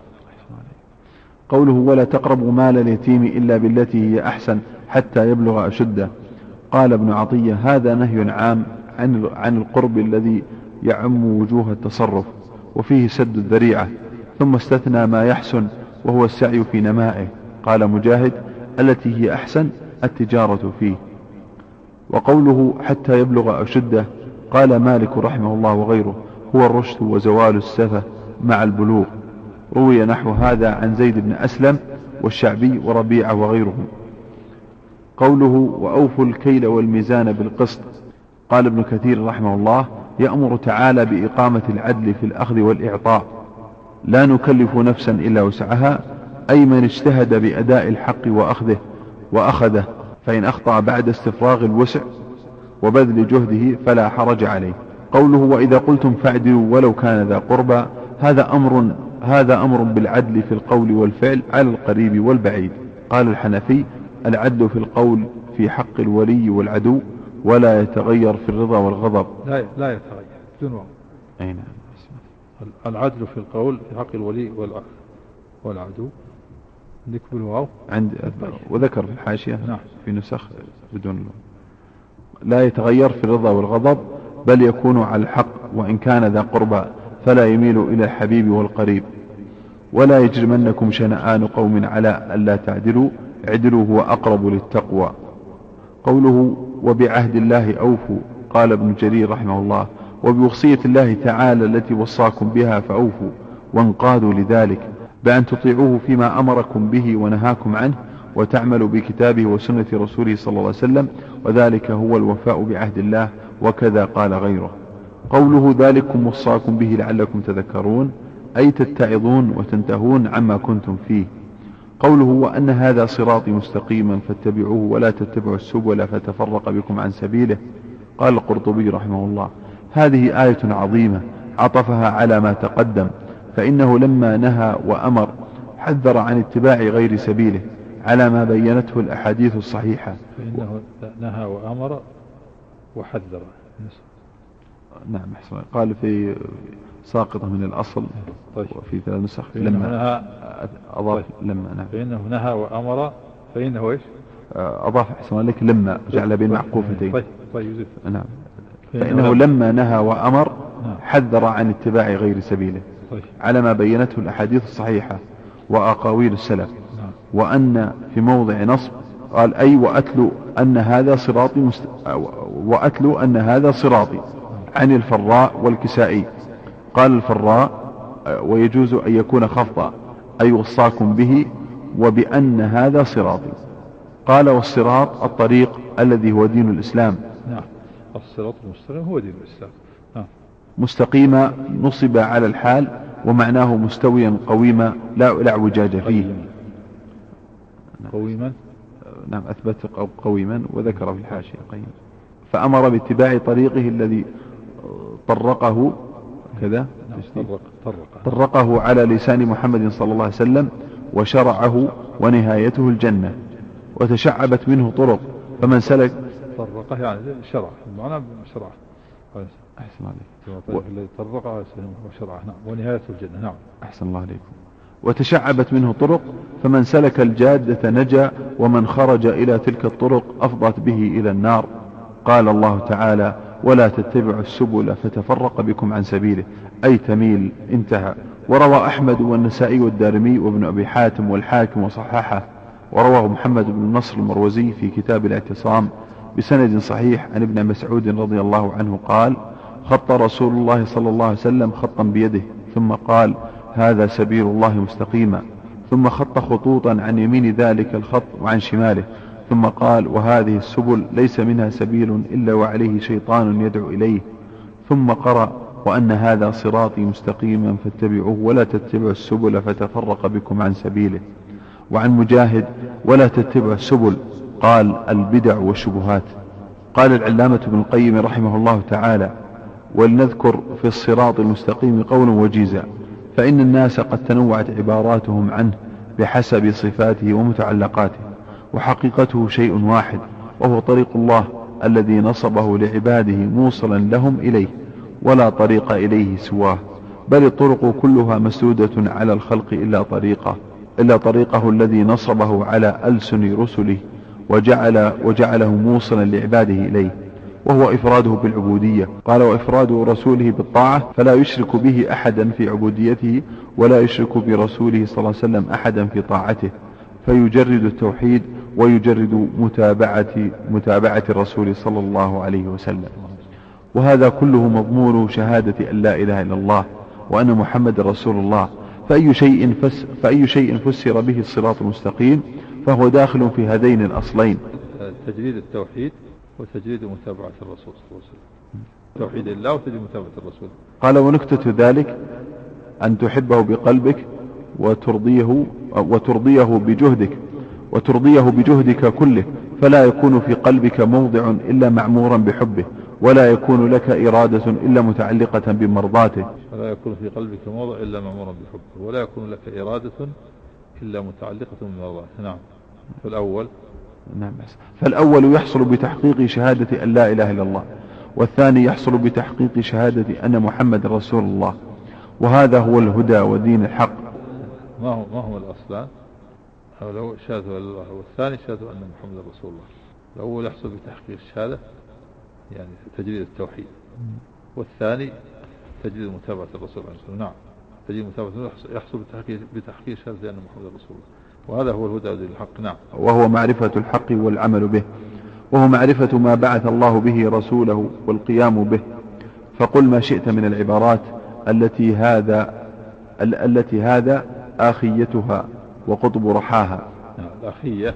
قوله ولا تقربوا مال اليتيم إلا بالتي هي أحسن حتى يبلغ أشده. قال ابن عطية هذا نهي عام عن عن القرب الذي يعم وجوه التصرف وفيه سد الذريعة، ثم استثنى ما يحسن وهو السعي في نمائه. قال مجاهد التي هي أحسن التجارة فيه. وقوله حتى يبلغ أشده قال مالك رحمه الله وغيره هو الرشد وزوال السفة مع البلوغ. روي نحو هذا عن زيد بن أسلم والشعبي وربيعة وغيرهم. قوله وأوفوا الكيل والميزان بالقسط. قال ابن كثير رحمه الله يأمر تعالى بإقامة العدل في الأخذ والإعطاء، لا نكلف نفسا إلا وسعها، أي من اجتهد بأداء الحق وأخذه وأخذه، فإن أخطأ بعد استفراغ الوسع وبذل جهده فلا حرج عليه. قوله وإذا قلتم فاعدلوا ولو كان ذا قربى، هذا أمر هذا أمر بالعدل في القول والفعل على القريب والبعيد. قال الحنفي العدل في القول في حق الولي والعدو ولا يتغير في الرضا والغضب. لا لا يتغير بدون. أي نعم. العدل في القول في حق الولي والعدو نكمل واو عند وذكر في الحاشية نعم. في نسخ بدون لون. لا يتغير في الرضا والغضب بل يكون على الحق وإن كان ذا قربى، فلا يميل إلى الحبيب والقريب. ولا يجرمنكم شنآن قوم على ألا تعدلوا اعدلوا هو أقرب للتقوى. قوله وبعهد الله أوفوا. قال ابن جرير رحمه الله وبوصية الله تعالى التي وصاكم بها فأوفوا وانقادوا لذلك بأن تطيعوه فيما أمركم به ونهاكم عنه وتعملوا بكتابه وسنة رسوله صلى الله عليه وسلم، وذلك هو الوفاء بعهد الله، وكذا قال غيره. قوله ذلكم وصاكم به لعلكم تذكرون، أي تتعظون وتنتهون عما كنتم فيه. قوله وأن هذا صراطي مستقيما فاتبعوه ولا تتبعوا السبل فتفرق بكم عن سبيله. قال القرطبي رحمه الله هذه آية عظيمة عطفها على ما تقدم، فإنه لما نهى وأمر حذر عن اتباع غير سبيله على ما بينته الأحاديث الصحيحة. فإنه نهى وأمر وحذر. نعم أحسن. قال في ساقطة من الأصل. طيب. وفي ثلاث نسخ لما نهى أضاف. طيب. لما نعم. فإنه نهى وأمر فإنه إيش أضاف أحسن لك لما جعل بين معقوفتين. طيب. طيب. نعم. فإنه لما نهى وأمر نعم. حذر عن اتباع غير سبيله. طيب. على ما بينته الأحاديث الصحيحة وأقاويل السلف. نعم. وأن في موضع نصب قال أي وأتلو أن هذا صراطي مست... وأتلو أن هذا صراطي عن الفراء والكسائي. قال الفراء ويجوز أن يكون خفضا أي وصاكم به وبأن هذا صراطي. قال والصراط الطريق الذي هو دين الإسلام. نعم. الصراط المستقيم هو دين الإسلام. نعم. مستقيما نصب على الحال ومعناه مستويا قويما لا لا اعوجاج فيه. قويما. نعم أثبت قويما وذكر في الحاشية قيما. فأمر باتباع طريقه الذي طرقه كذا طرق طرق. طرقه على لسان محمد صلى الله عليه وسلم وشرعه ونهايته الجنة وتشعبت منه طرق فمن سلك طرقه يعني شرع المعنى شرع. أحسن عليك. و... الذي طرقه وشرعه. نعم. ونهايته الجنة. نعم. أحسن الله عليكم. وتشعبت منه طرق فمن سلك الجادة نجا ومن خرج إلى تلك الطرق أفضت به إلى النار. قال الله تعالى ولا تتبعوا السبل فتفرق بكم عن سبيله أي تميل. انتهى. وروى أحمد والنسائي والدارمي وابن أبي حاتم والحاكم وصححه، ورواه محمد بن نصر المروزي في كتاب الاعتصام بسند صحيح عن ابن مسعود رضي الله عنه قال خط رسول الله صلى الله عليه وسلم خطا بيده ثم قال هذا سبيل الله مستقيما، ثم خط خطوطا عن يمين ذلك الخط وعن شماله، ثم قال وهذه السبل ليس منها سبيل إلا وعليه شيطان يدعو إليه، ثم قرأ وأن هذا صراطي مستقيما فاتبعوه ولا تتبعوا السبل فتفرق بكم عن سبيله. وعن مجاهد ولا تتبعوا السبل قال البدع والشبهات. قال العلامة ابن القيم رحمه الله تعالى ولنذكر في الصراط المستقيم قولا وجيزا، فإن الناس قد تنوعت عباراتهم عنه بحسب صفاته ومتعلقاته، وحقيقته شيء واحد، وهو طريق الله الذي نصبه لعباده موصلا لهم إليه، ولا طريق إليه سواه، بل الطرق كلها مسدودة على الخلق إلا طريقه إلا طريقه الذي نصبه على ألسن رسله وجعل وجعله موصلا لعباده إليه، وهو إفراده بالعبودية. قال وإفراد رسوله بالطاعة، فلا يشرك به أحدا في عبوديته ولا يشرك برسوله صلى الله عليه وسلم أحدا في طاعته، فيجرد التوحيد ويجرد متابعة, متابعة الرسول صلى الله عليه وسلم. وهذا كله مضمون شهادة أن لا إله إلا الله وأن محمد رسول الله. فأي شيء, فس فأي شيء فسر به الصراط المستقيم فهو داخل في هذين الأصلين، تجريد التوحيد وتجريد متابعة الرسول صلى الله عليه وسلم، توحيد الله وتجريد متابعة الرسول. قال ونكتة ذلك أن تحبه بقلبك وترضيه, وترضيه بجهدك وترضيه بجهدك كله، فلا يكون في قلبك موضع إلا معمورا بحبه، ولا يكون لك إرادة إلا متعلقة بمرضاته. فلا يكون في قلبك موضع إلا معمورا بحبه، ولا يكون لك إرادة إلا متعلقة بمرضاته. نعم. فالأول نعم. فالأول يحصل بتحقيق شهادة أن لا إله إلا الله، والثاني يحصل بتحقيق شهادة أن محمد رسول الله، وهذا هو الهدى ودين الحق. ما هو ما هو الأصلان؟ الأول شهادة الله، والثاني شهادة أن محمد رسول الله. الأول يحصل بتحقيق الشهادة يعني تجريد التوحيد، والثاني تجريد متابعة الرسول عليه الصلاة والسلام. نعم. تجريد متابعة يحصل بتحقيق بتحقيق شهادة أن محمد رسول الله، وهذا هو الهدى ودين الحق. نعم. وهو معرفة الحق والعمل به، وهو معرفة ما بعث الله به رسوله والقيام به. فقل ما شئت من العبارات التي هذا التي هذا آخيتها وقطب رحاها. نعم. الأخية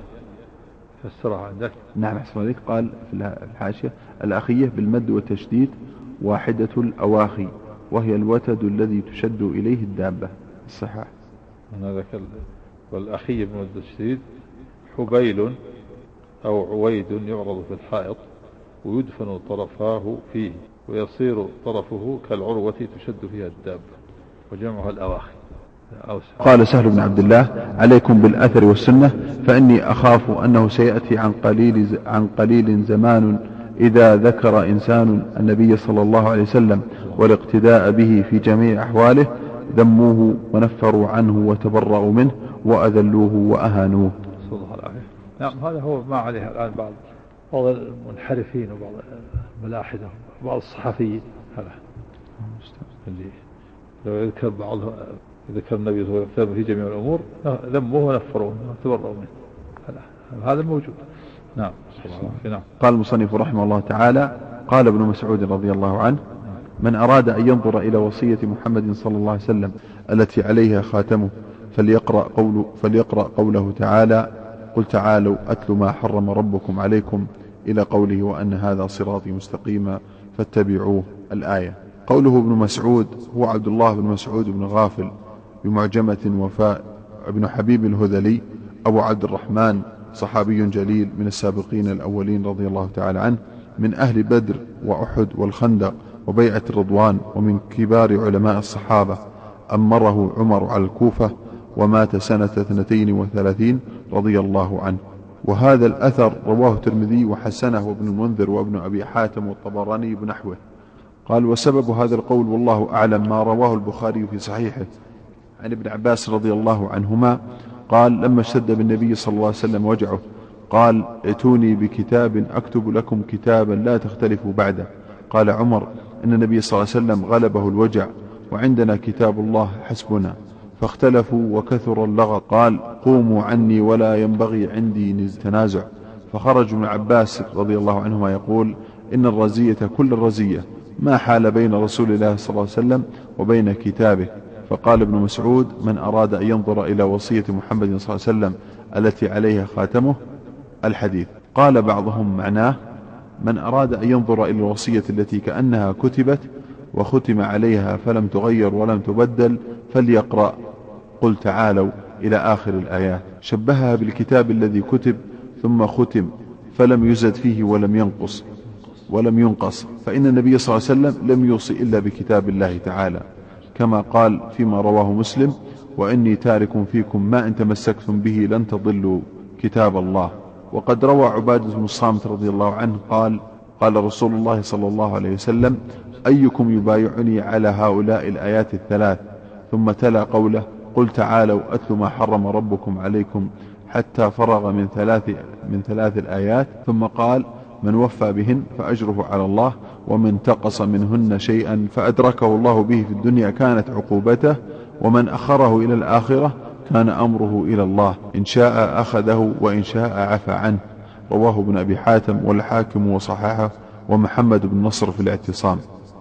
فسرها عندك. نعم أحسن عليك. قال في الحاشية الأخية بالمد والتشديد واحدة الأواخي، وهي الوتد الذي تشد إليه الدابة. الصحاح. هذا والأخية بالمد والتشديد حبيل أو عويد يعرض في الحائط ويدفن طرفاه فيه ويصير طرفه كالعروة تشد فيها الدابة، وجمعها الأواخي. قال سهل بن عبد الله عليكم بالأثر والسنة، فإني أخاف أنه سيأتي عن قليل, عن قليل زمان إذا ذكر إنسان النبي صلى الله عليه وسلم والاقتداء به في جميع أحواله ذموه ونفروا عنه وتبرأوا منه وأذلوه وأهانوه. صلى الله عليه وسلم. نعم. هذا هو ما عليه الآن بعض بعض المنحرفين وبعض الملاحدة وبعض الصحفيين. هذا اللي لو يذكر بعضهم ذكر النبي صلى الله عليه وسلم في جميع الأمور ذموه ونفروه وتبرأوا منه. هذا موجود. نعم. نعم. قال المصنف رحمه الله تعالى قال ابن مسعود رضي الله عنه من أراد أن ينظر إلى وصية محمد صلى الله عليه وسلم التي عليها خاتمه فليقرأ, قول فليقرأ قوله تعالى قل تعالوا أتل ما حرم ربكم عليكم إلى قوله وأن هذا صراطي مستقيما فاتبعوه الآية. قوله ابن مسعود هو عبد الله بن مسعود بن غافل بمعجمة وفاء ابن حبيب الهذلي أبو عبد الرحمن، صحابي جليل من السابقين الأولين رضي الله تعالى عنه، من أهل بدر وأحد والخندق وبيعة الرضوان، ومن كبار علماء الصحابة. أمره عمر على الكوفة ومات سنة اثنتين وثلاثين رضي الله عنه. وهذا الأثر رواه الترمذي وحسنه ابن المنذر وابن أبي حاتم والطبراني بنحوه. قال وسبب هذا القول والله أعلم ما رواه البخاري في صحيحه عن ابن عباس رضي الله عنهما قال لما اشتد بالنبي صلى الله عليه وسلم وجعه قال ائتوني بكتاب أكتب لكم كتابا لا تختلفوا بعده. قال عمر إن النبي صلى الله عليه وسلم غلبه الوجع وعندنا كتاب الله حسبنا، فاختلفوا وكثر اللغط. قال قوموا عني ولا ينبغي عندي تنازع. فخرج ابن عباس رضي الله عنهما يقول إن الرزية كل الرزية ما حال بين رسول الله صلى الله عليه وسلم وبين كتابه، فقال ابن مسعود: من أراد أن ينظر إلى وصية محمد صلى الله عليه وسلم التي عليها خاتمه الحديث. قال بعضهم معناه: من أراد أن ينظر إلى الوصية التي كأنها كتبت وختم عليها فلم تغير ولم تبدل فليقرأ قل تعالوا إلى آخر الآيات. شبهها بالكتاب الذي كتب ثم ختم فلم يزد فيه ولم ينقص ولم ينقص فإن النبي صلى الله عليه وسلم لم يوصي إلا بكتاب الله تعالى، كما قال فيما رواه مسلم: وإني تارك فيكم ما إن تمسكتم به لن تضلوا كتاب الله. وقد روى عبادة بن الصامت رضي الله عنه قال: قال رسول الله صلى الله عليه وسلم: أيكم يبايعني على هؤلاء الآيات الثلاث؟ ثم تلا قوله: قل تعالوا أتل ما حرم ربكم عليكم، حتى فرغ من ثلاث من ثلاث الآيات، ثم قال: من وفى بهن فأجره على الله، ومن تقص منهن شيئا فأدركه الله به في الدنيا كانت عقوبته، ومن أخره إلى الآخرة كان أمره إلى الله، إن شاء أخذه وإن شاء عفى عنه. رواه ابن أبي حاتم والحاكم وصححه ومحمد بن نصر في الاعتصام.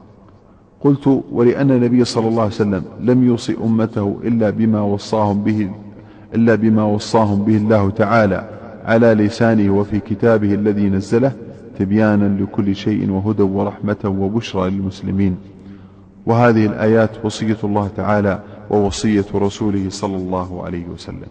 قلت: ولأن النبي صلى الله عليه وسلم لم يوصي أمته إلا بما وصاهم به إلا بما وصاهم به الله تعالى على لسانه وفي كتابه الذي نزله، تبيانا لكل شيء وهدى ورحمة وبشرى للمسلمين. وهذه الآيات وصية الله تعالى ووصية رسوله صلى الله عليه وسلم.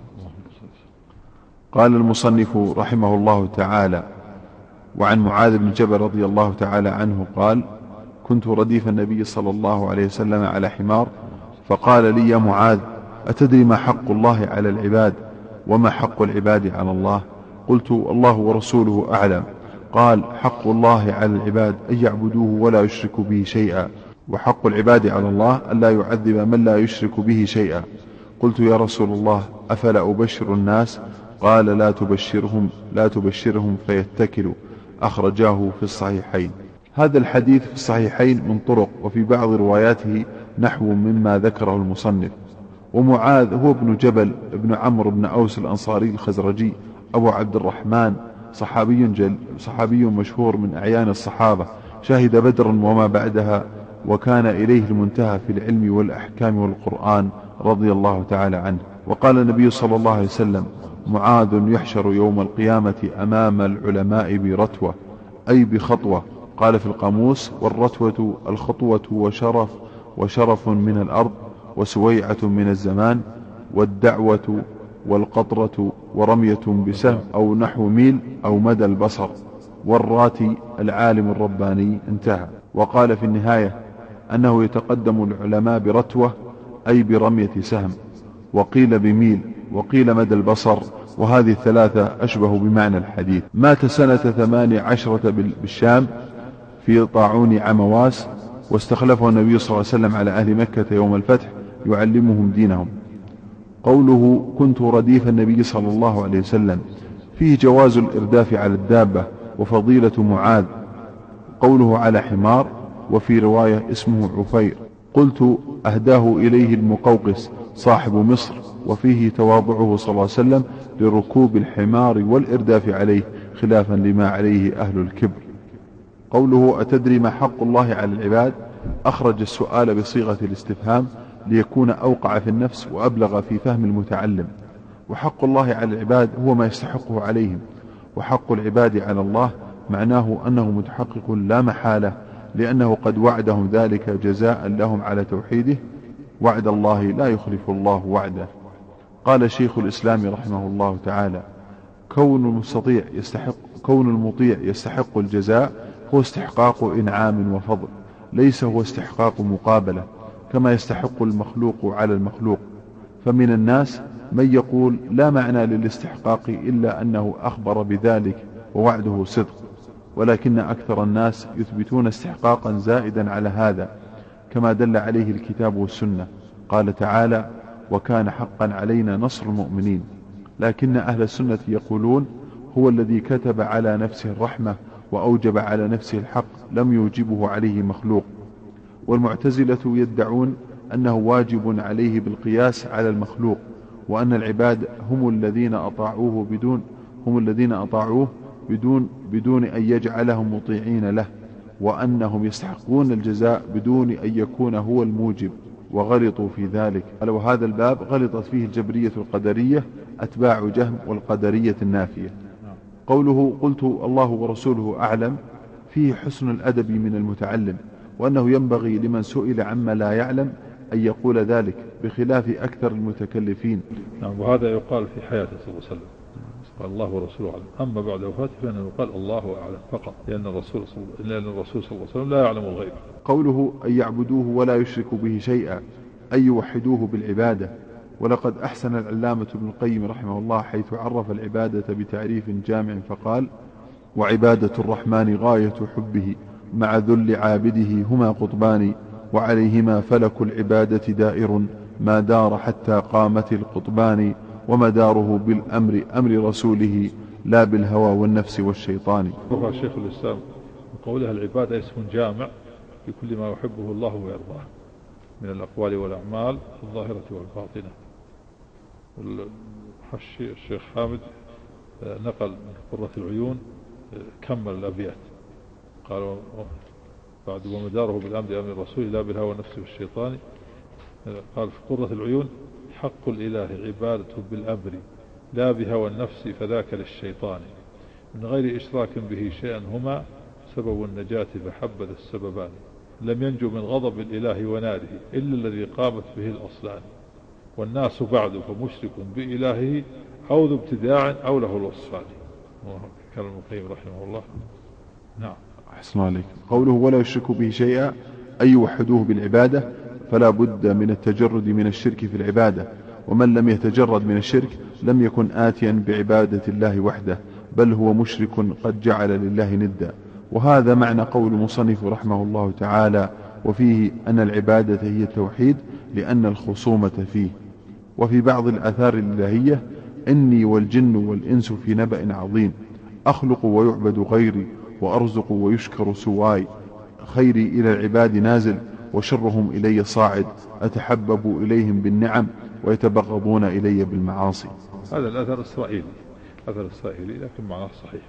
قال المصنف رحمه الله تعالى: وعن معاذ بن جبل رضي الله تعالى عنه قال: كنت رديف النبي صلى الله عليه وسلم على حمار، فقال لي: يا معاذ، أتدري ما حق الله على العباد وما حق العباد على الله؟ قلت: الله ورسوله أعلم. قال: حق الله على العباد أن يعبدوه ولا يشركوا به شيئا، وحق العباد على الله أن لا يعذب من لا يشرك به شيئا. قلت: يا رسول الله، أفلا أبشر الناس؟ قال: لا تبشرهم لا تبشرهم فيتكلوا. أخرجاه في الصحيحين. هذا الحديث في الصحيحين من طرق، وفي بعض رواياته نحو مما ذكره المصنف. ومعاذ هو ابن جبل ابن عمرو بن أوس الأنصاري الخزرجي أبو عبد الرحمن، صحابي جل صحابي مشهور من أعيان الصحابة، شهد بدرا وما بعدها، وكان إليه المنتهى في العلم والأحكام والقرآن رضي الله تعالى عنه. وقال النبي صلى الله عليه وسلم: معاذ يحشر يوم القيامة أمام العلماء برتوة، أي بخطوة. قال في القاموس: والرتوة الخطوة وشرف وشرف من الأرض وسويعة من الزمان، والدعوة والقطرة ورمية بسهم أو نحو ميل أو مدى البصر، والراتي العالم الرباني. انتهى. وقال في النهاية أنه يتقدم العلماء برتوة أي برمية سهم، وقيل بميل، وقيل مدى البصر، وهذه الثلاثة أشبه بمعنى الحديث. مات سنة ثمان عشرة بالشام في طاعون عمواس، واستخلفه النبي صلى الله عليه وسلم على أهل مكة يوم الفتح يعلمهم دينهم. قوله: كنت رديف النبي صلى الله عليه وسلم، فيه جواز الإرداف على الدابة وفضيلة معاذ. قوله على حمار، وفي رواية اسمه عفير. قلت: أهداه إليه المقوقس صاحب مصر، وفيه تواضعه صلى الله عليه وسلم لركوب الحمار والإرداف عليه، خلافا لما عليه أهل الكبر. قوله: أتدري ما حق الله على العباد؟ أخرج السؤال بصيغة الاستفهام ليكون أوقع في النفس وأبلغ في فهم المتعلم. وحق الله على العباد هو ما يستحقه عليهم، وحق العباد على الله معناه أنه متحقق لا محالة، لأنه قد وعدهم ذلك جزاء لهم على توحيده. وعد الله لا يخلف الله وعده. قال شيخ الإسلام رحمه الله تعالى: كون المستطيع يستحق كون المطيع يستحق الجزاء هو استحقاق إنعام وفضل، ليس هو استحقاق مقابلة، كما يستحق المخلوق على المخلوق. فمن الناس من يقول: لا معنى للاستحقاق إلا أنه أخبر بذلك ووعده صدق، ولكن أكثر الناس يثبتون استحقاقا زائدا على هذا، كما دل عليه الكتاب والسنة. قال تعالى: وكان حقا علينا نصر المؤمنين. لكن أهل السنة يقولون: هو الذي كتب على نفسه الرحمة وأوجب على نفسه الحق، لم يوجبه عليه مخلوق. والمعتزلة يدعون أنه واجب عليه بالقياس على المخلوق، وأن العباد هم الذين أطاعوه بدون هم الذين أطاعوه بدون بدون أن يجعلهم مطيعين له، وأنهم يستحقون الجزاء بدون أن يكون هو الموجب. وغلطوا في ذلك. قال وهذا الباب غلطت فيه الجبرية القدرية أتباع جهم والقدرية النافية. قوله قلت الله ورسوله أعلم فيه حسن الأدب من المتعلم، وأنه ينبغي لمن سئل عما لا يعلم أن يقول ذلك بخلاف أكثر المتكلفين. نعم، وهذا يقال في حياته صلى الله عليه وسلم، قال الله ورسوله أعلم. أما بعد وفاته فإنه يقال الله أعلم فقط، لأن الرسول صلى لأن الرسول صلى الله عليه وسلم لا يعلم الغيب. قوله أن يعبدوه ولا يشركوا به شيئا أن يوحدوه بالعبادة. ولقد أحسن العلامة ابن القيم رحمه الله حيث عرف العبادة بتعريف جامع فقال: وعبادة الرحمن غاية حبه مع ذل عابده هما قطبان، وعليهما فلك العبادة دائر ما دار حتى قامت القطبان، ومداره بالأمر أمر رسوله لا بالهوى والنفس والشيطان. رفع شيخ الإسلام قولها العبادة اسم جامع لكل ما يحبه الله ويرضاه من الأقوال والأعمال الظاهرة والباطنة. الشيخ حامد نقل من قرة العيون كمل الأبيات، قال بعد ومداره بالأمر أمر الرسول لا بالهوى والنفس والشيطان. قال في قرة العيون: حق الإله عبادته بالأمر لا بهوى النفس فذاك للشيطان، من غير إشراك به شيئا هما سبب النجاة فحبذ السببان، لم ينجو من غضب الإله وناره إلا الذي قامت به الأصلان، والناس بعد فمشرك بإلهه أو ذو ابتداع أو له الوصفان. كان ابن القيم رحمه الله. نعم. أحسن عليك. قوله ولا يشرك به شيئا أي يوحدوه بالعبادة، فلا بد من التجرد من الشرك في العبادة، ومن لم يتجرد من الشرك لم يكن آتيا بعبادة الله وحده، بل هو مشرك قد جعل لله ندا. وهذا معنى قول المصنف رحمه الله تعالى: وفيه أن العبادة هي التوحيد لأن الخصومة فيه. وفي بعض الآثار الإلهية: إني والجن والإنس في نبأ عظيم، أخلق ويعبد غيري، وأرزق ويشكر سواي، خيري إلى العباد نازل، وشرهم إلي صاعد، أتحبب إليهم بالنعم ويتبغضون إلي بالمعاصي. هذا الأثر إسرائيلي، أثر إسرائيلي لكن معناه صحيح.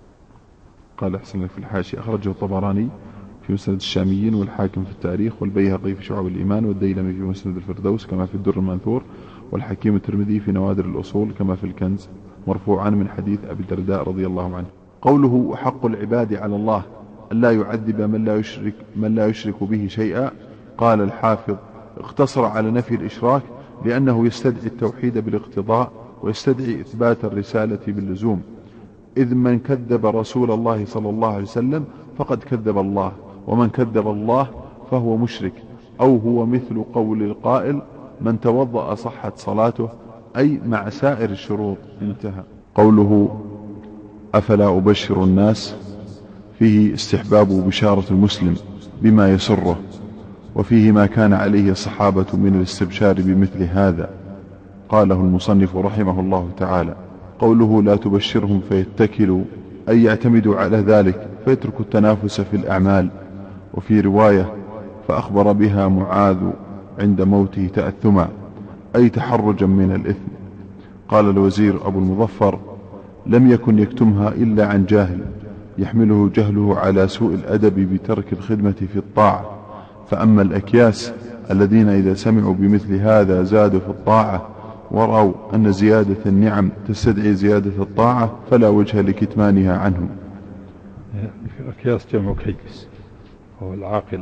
قال أحسن في الحاشية: أخرجه الطبراني في مسند الشاميين، والحاكم في التاريخ، والبيهقي في شعب الإيمان، والديلمي في مسند الفردوس كما في الدر المنثور، والحكيم الترمذي في نوادر الأصول كما في الكنز، مرفوعا من حديث أبي الدرداء رضي الله عنه. قوله حق العباد على الله أن لا يعذب من لا يشرك, من لا يشرك به شيئا. قال الحافظ: اقتصر على نفي الإشراك لأنه يستدعي التوحيد بالاقتضاء، ويستدعي إثبات الرسالة باللزوم، إذ من كذب رسول الله صلى الله عليه وسلم فقد كذب الله، ومن كذب الله فهو مشرك، أو هو مثل قول القائل: من توضأ صحت صلاته، أي مع سائر الشروط. انتهى. قوله أفلا أبشر الناس فيه استحباب بشارة المسلم بما يسره، وفيه ما كان عليه الصحابة من الاستبشار بمثل هذا. قاله المصنف رحمه الله تعالى: قوله لا تبشرهم فيتكلوا أي يعتمدوا على ذلك فيتركوا التنافس في الأعمال. وفي رواية: فأخبر بها معاذ عند موته تأثما أي تحرجا من الإثم. قال الوزير أبو المظفر: لم يكن يكتمها إلا عن جاهل يحمله جهله على سوء الأدب بترك الخدمة في الطاعة، فأما الأكياس الذين إذا سمعوا بمثل هذا زادوا في الطاعة ورأوا أن زيادة النعم تستدعي زيادة الطاعة فلا وجه لكتمانها عنهم. أكياس جمع كيس، وهو العاقل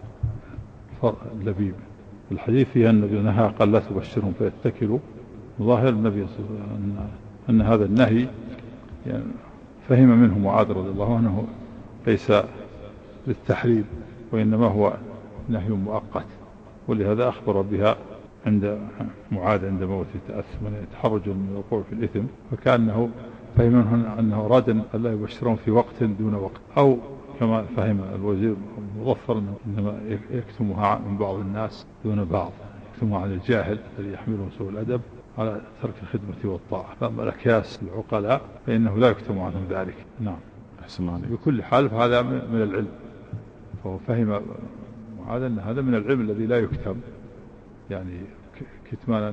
اللبيب. الحديث فيها النبي نهى قال لا تبشرهم فيتكلوا. ظاهر النبي صلى الله عليه وسلم أن هذا النهي يعني فهم منه معاذ رضي الله عنه ليس للتحريم، وإنما هو نهي مؤقت، ولهذا أخبر بها عند معاذ عند موت تأثما يتحرج من الوقوع في الإثم، فكأنه فهم منه أنه أراد أن لا يبشرون في وقت دون وقت، أو كما فهم الوزير المظفر إنما يكتمها من بعض الناس دون بعض، يكتمها عن الجاهل الذي يحمله سوء الأدب على ترك الخدمة والطاعة. فأما الأكياس العقلاء فإنه لا يكتم عنهم ذلك. نعم. أحسن عليك. بكل حال فهذا من العلم، فهو فهم معاذ أن هذا من العلم الذي لا يكتم، يعني كتمانا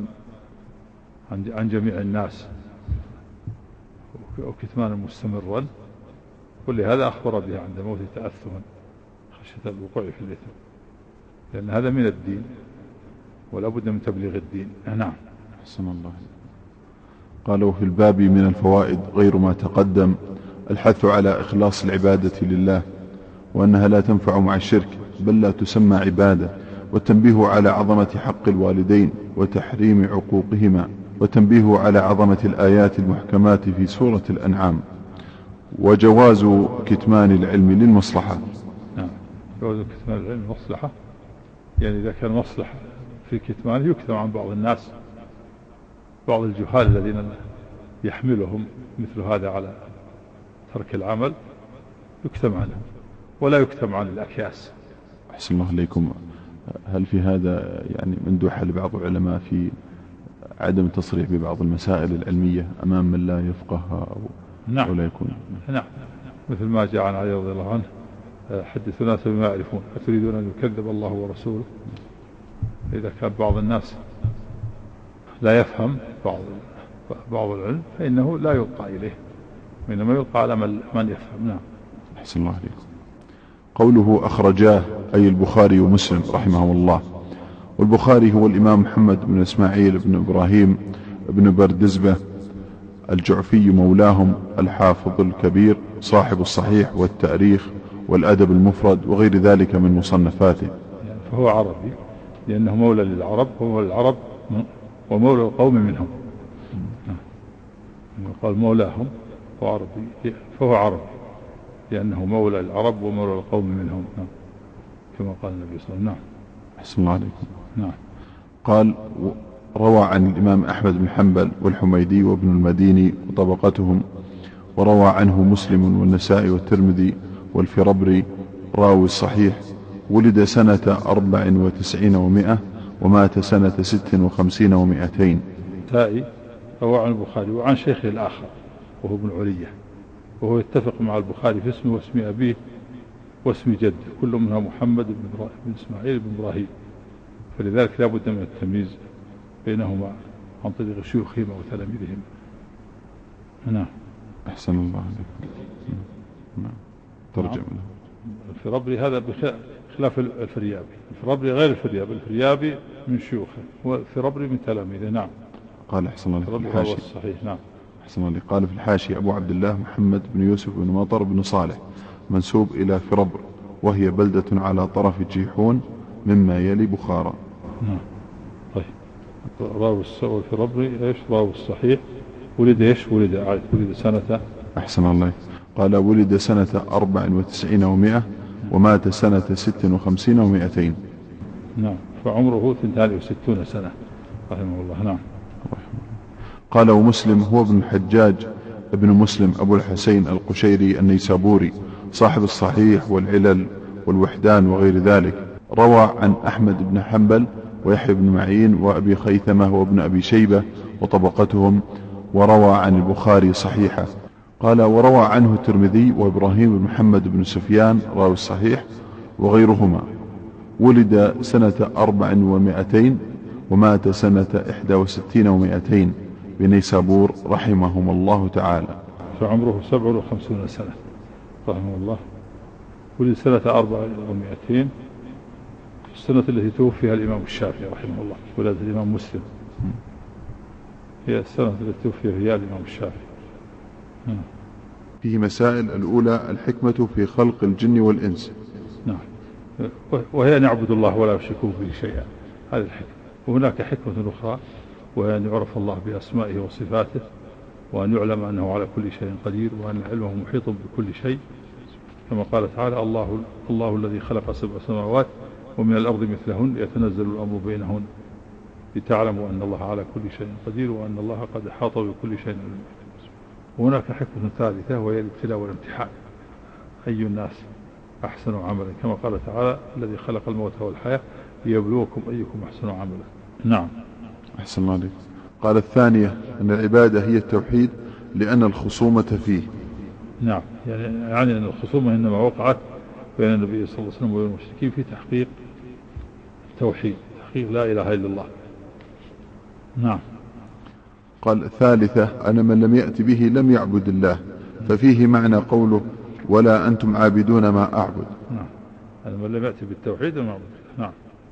عن جميع الناس أو كتمانا مستمرا، ولهذا أخبر بها عند موته تأثما خشية الوقوع في الإثم، لأن هذا من الدين ولا بد من تبليغ الدين. نعم. أحسن الله. قال وفي الباب من الفوائد غير ما تقدم الحث على إخلاص العبادة لله، وأنها لا تنفع مع الشرك بل لا تسمى عبادة، والتنبيه على عظمة حق الوالدين وتحريم عقوقهما، والتنبيه على عظمة الآيات المحكمات في سورة الأنعام، وجواز كتمان العلم للمصلحة. نعم، جواز كتمان العلم للمصلحة، يعني إذا كان مصلحة في كتمانه يكتم عن بعض الناس، بعض الجهال الذين يحملهم مثل هذا على ترك العمل يكتم عنه ولا يكتم عن الأكياس. أحسن الله عليكم. هل في هذا يعني مندوحة لبعض العلماء في عدم التصريح ببعض المسائل العلمية أمام من لا يفقهها أو نعم. ولا يكون؟ نعم، مثل ما جاء عن علي رضي الله عنه حدثوا الناس بما يعرفون أتريدون أن يكذب الله ورسوله. إذا كان بعض الناس لا يفهم بعض بعض العلم فإنه لا يلقى إليه، وإنما يلقى على من يفهم. نعم. أحسن الله عليكم. قوله أخرجاه أي البخاري ومسلم رحمه الله. والبخاري هو الإمام محمد بن إسماعيل بن إبراهيم بن بردزبة الجعفي مولاهم الحافظ الكبير صاحب الصحيح والتاريخ والأدب المفرد وغير ذلك من مصنفاته. يعني فهو عربي لأنه مولى للعرب، هو العرب ومولى القوم منهم. قال مولاهم هو عربي، فهو عربي لأنه مولى العرب ومولى القوم منهم. نعم. كما قال النبي صلى الله عليه وسلم. نعم. أحسن الله عليكم. نعم. قال روى عن الإمام أحمد بن حنبل والحميدي وابن المديني وطبقتهم، وروى عنه مسلم والنسائي والترمذي والفربري راوي الصحيح، ولد سنة أربع وتسعين ومائة ومات سنة ست وخمسين ومائتين. تائي روى عن البخاري وعن شيخه الآخر وهو ابن علية، وهو يتفق مع البخاري في اسمه واسم أبيه واسم جده، كل منها محمد بن, بن إسماعيل بن إبراهيم، فلذلك لا بد من التمييز بينهما عن طريق شيوخهم وتلاميذهم. نعم. أحسن الله عليكم. نعم. ترجم. نعم. الفربري هذا بخلاف الفريابي، الفربري غير الفريابي، الفريابي من شيوخه والفربري من تلاميذه. نعم. قال أحسن الله عليكم. الفربري هو الصحيح. نعم. أحسن الله. قال في الحاشي أبو عبد الله محمد بن يوسف بن مطر بن صالح منسوب إلى فربر، وهي بلدة على طرف جيحون مما يلي بخارى. نعم. طيب راوي الفربري ايش؟ راوي الصحيح. ولد ايش؟ ولد ولد سنة. أحسن الله. قال ولد سنة أربع وتسعين ومائة ومات سنة ست وخمسين ومائتين. نعم. فعمره اثنتان وستون سنة رحمه الله. نعم. قال ومسلم هو ابن الحجاج ابن مسلم أبو الحسين القشيري النيسابوري صاحب الصحيح والعلل والوحدان وغير ذلك، روى عن أحمد بن حنبل ويحيى بن معين وأبي خيثمة وابن أبي شيبة وطبقتهم، وروى عن البخاري صحيحة. قال وروى عنه الترمذي وإبراهيم بن محمد بن سفيان راوي الصحيح وغيرهما، ولد سنة أربع ومائتين ومات سنة إحدى وستين ومائتين بنيسابور رحمهم الله تعالى. فعمره سبع وخمسون سنة رحمه الله. ولد سنة أربع ومائتين السنة التي توفيها الإمام الشافعي رحمه الله، ولد الإمام مسلم هي السنة التي توفي فيها الإمام الشافعي. نعم. فيه مسائل. الأولى الحكمة في خلق الجن والإنس. نعم. وهي أن يعبدوا الله ولا يشركوا به شيئا، هذه الحكمة. وهناك حكمة أخرى وهي أن يعرف الله بأسمائه وصفاته، وأن يعلم أنه على كل شيء قدير، وأن علمه محيط بكل شيء، كما قال تعالى الله, الله الذي خلق سبع سماوات ومن الأرض مثلهن يتنزل الأمر بينهن لتعلموا أن الله على كل شيء قدير وأن الله قد أحاط بكل شيء علما. وهناك حكمة ثالثة وهي الابتلاء والامتحان، أي الناس أحسن عملا، كما قال تعالى الذي خلق الموت والحياة ليبلوكم أيكم أحسن عملا. نعم. أحسن الله عليك. قال الثانية أن العبادة هي التوحيد لأن الخصومة فيه. نعم. يعني, يعني أن الخصومة إنما وقعت بين النبي صلى الله عليه وسلم وبين المشركين في تحقيق التوحيد، تحقيق لا إله إلا الله. نعم. قال الثالثة أن من لم يأت به لم يعبد الله، ففيه معنى قوله ولا أنتم عابدون ما أعبد. نعم. أن من لم يأت بالتوحيد لم يعبد. نعم.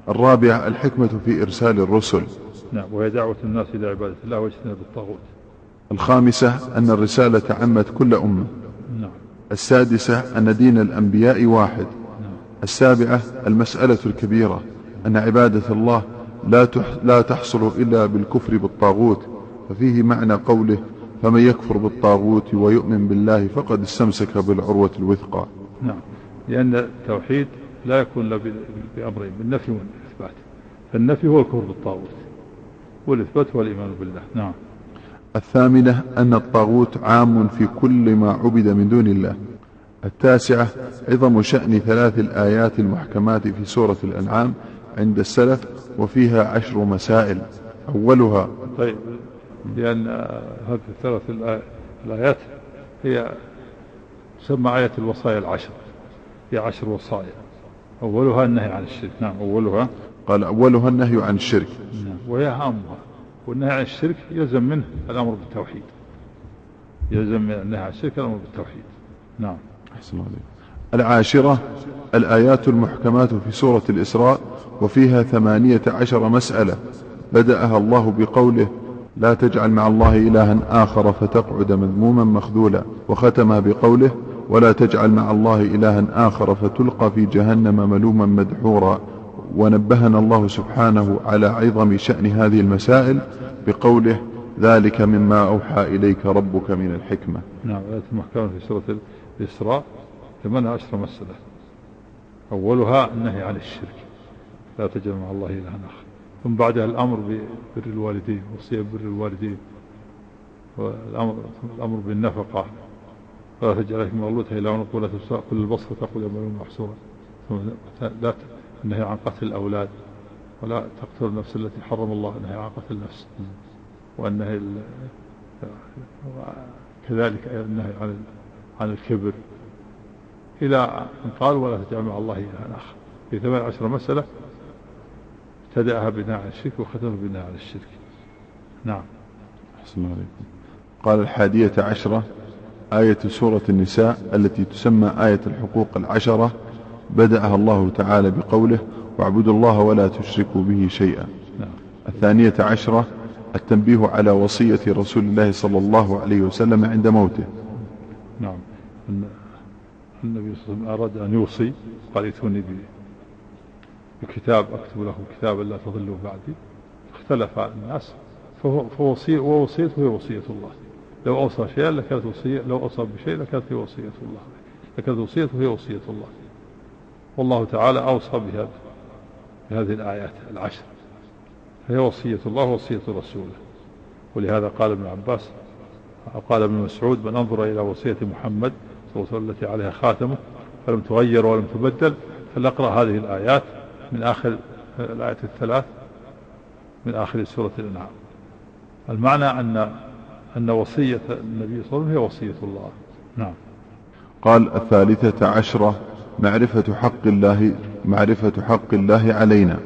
الرابعة الحكمة في إرسال الرسل. نعم، وهي دعوة الناس إلى عبادة الله واجتناب الطاغوت. الخامسة أن الرسالة عمت كل أمة. نعم. السادسة أن دين الأنبياء واحد. نعم. السابعة المسألة الكبيرة أن عبادة الله لا لا تحصل إلا بالكفر بالطاغوت، ففيه معنى قوله فمن يكفر بالطاغوت ويؤمن بالله فقد استمسك بالعروة الوثقى. نعم، لأن التوحيد لا يكون إلا بأمرين، بالنفي والإثبات. فالنفي هو الكفر بالطاغوت، والإثبات هو الإيمان بالله. نعم. الثامنة أن الطاغوت عام في كل ما عبد من دون الله. التاسعة عظم شأن ثلاث الآيات المحكمات في سورة الأنعام عند السلف، وفيها عشر مسائل. أولها طيب، لأن هذه الثلاث الآيات هي تسمى آية الوصايا العشر، هي عشر وصايا. أولها النهي عن الشرك. نعم، أولها قال أولها النهي عن الشرك. نعم. وهي هامها، والنهي عن الشرك يلزم منه الأمر بالتوحيد، يلزم من النهي عن الشرك الأمر بالتوحيد. نعم. أحسن عليك. العاشرة الآيات المحكمات في سورة الإسراء، وفيها ثمانية عشر مسألة، بدأها الله بقوله لا تجعل مع الله إلها آخر فتقعد مذموما مخذولا، وختمها بقوله ولا تجعل مع الله إلها آخر فتلقى في جهنم ملوما مدحورا. ونبهنا الله سبحانه على عظم شأن هذه المسائل بقوله ذلك مما أوحى إليك ربك من الحكمة. نعم، آيات المحكمة في سورة الإسراء ثمانية عشر مسألة. أولها النهي عن الشرك، لا تجعل مع الله إلها آخر. ثم بعدها الأمر ببر الوالدين، وصية بر الوالدين، والأمر الأمر بالنفقة، ولا تجعل في مغلوتها إلى عنق ولا تساء كل البصر تقول يا ملوم محسورا. ثم لا النهي عن قتل الأولاد، ولا تقتل النفس التي حرم الله، النهي عن قتل النفس، والنهي كذلك النهي عن عن الكبر، إلى أن قال ولا تجعل مع الله إلها آخر. في ثمان عشر مسألة ابتدأها بناء على الشرك وختمها بناء على الشرك. نعم. أحسن عليكم. قال الحادية عشرة آية سورة النساء التي تسمى آية الحقوق العشرة، بدأها الله تعالى بقوله واعبدوا الله ولا تشركوا به شيئا. نعم. الثانية عشرة التنبيه على وصية رسول الله صلى الله عليه وسلم عند موته. نعم. النبي صلى الله عليه وسلم أراد أن يوصي، قال ائتوني بكتاب أكتب له كتابا لا تضلوا بعدي. اختلف الناس، فوصيته ووصيته هي وصية الله. لو أوصى شيئا لكانت وصية، لو أوصى بشيء لكانت هي وصية الله، لكانت وصيته هي وصية الله. والله تعالى أوصى بهذا بهذه الآيات العشر، فهي وصية الله ووصية رسوله. ولهذا قال ابن عباس قال ابن مسعود من أنظر إلى وصية محمد صلى الله عليه وسلم التي عليها خاتمه فلم تغير ولم تبدل فليقرأ هذه الآيات من آخر الآية الثلاث من آخر سورة الأنعام. المعنى أن أن وصية النبي صلى الله عليه وسلم هي وصية الله. نعم. قال الثالثة عشرة معرفة حق الله معرفة حق الله علينا.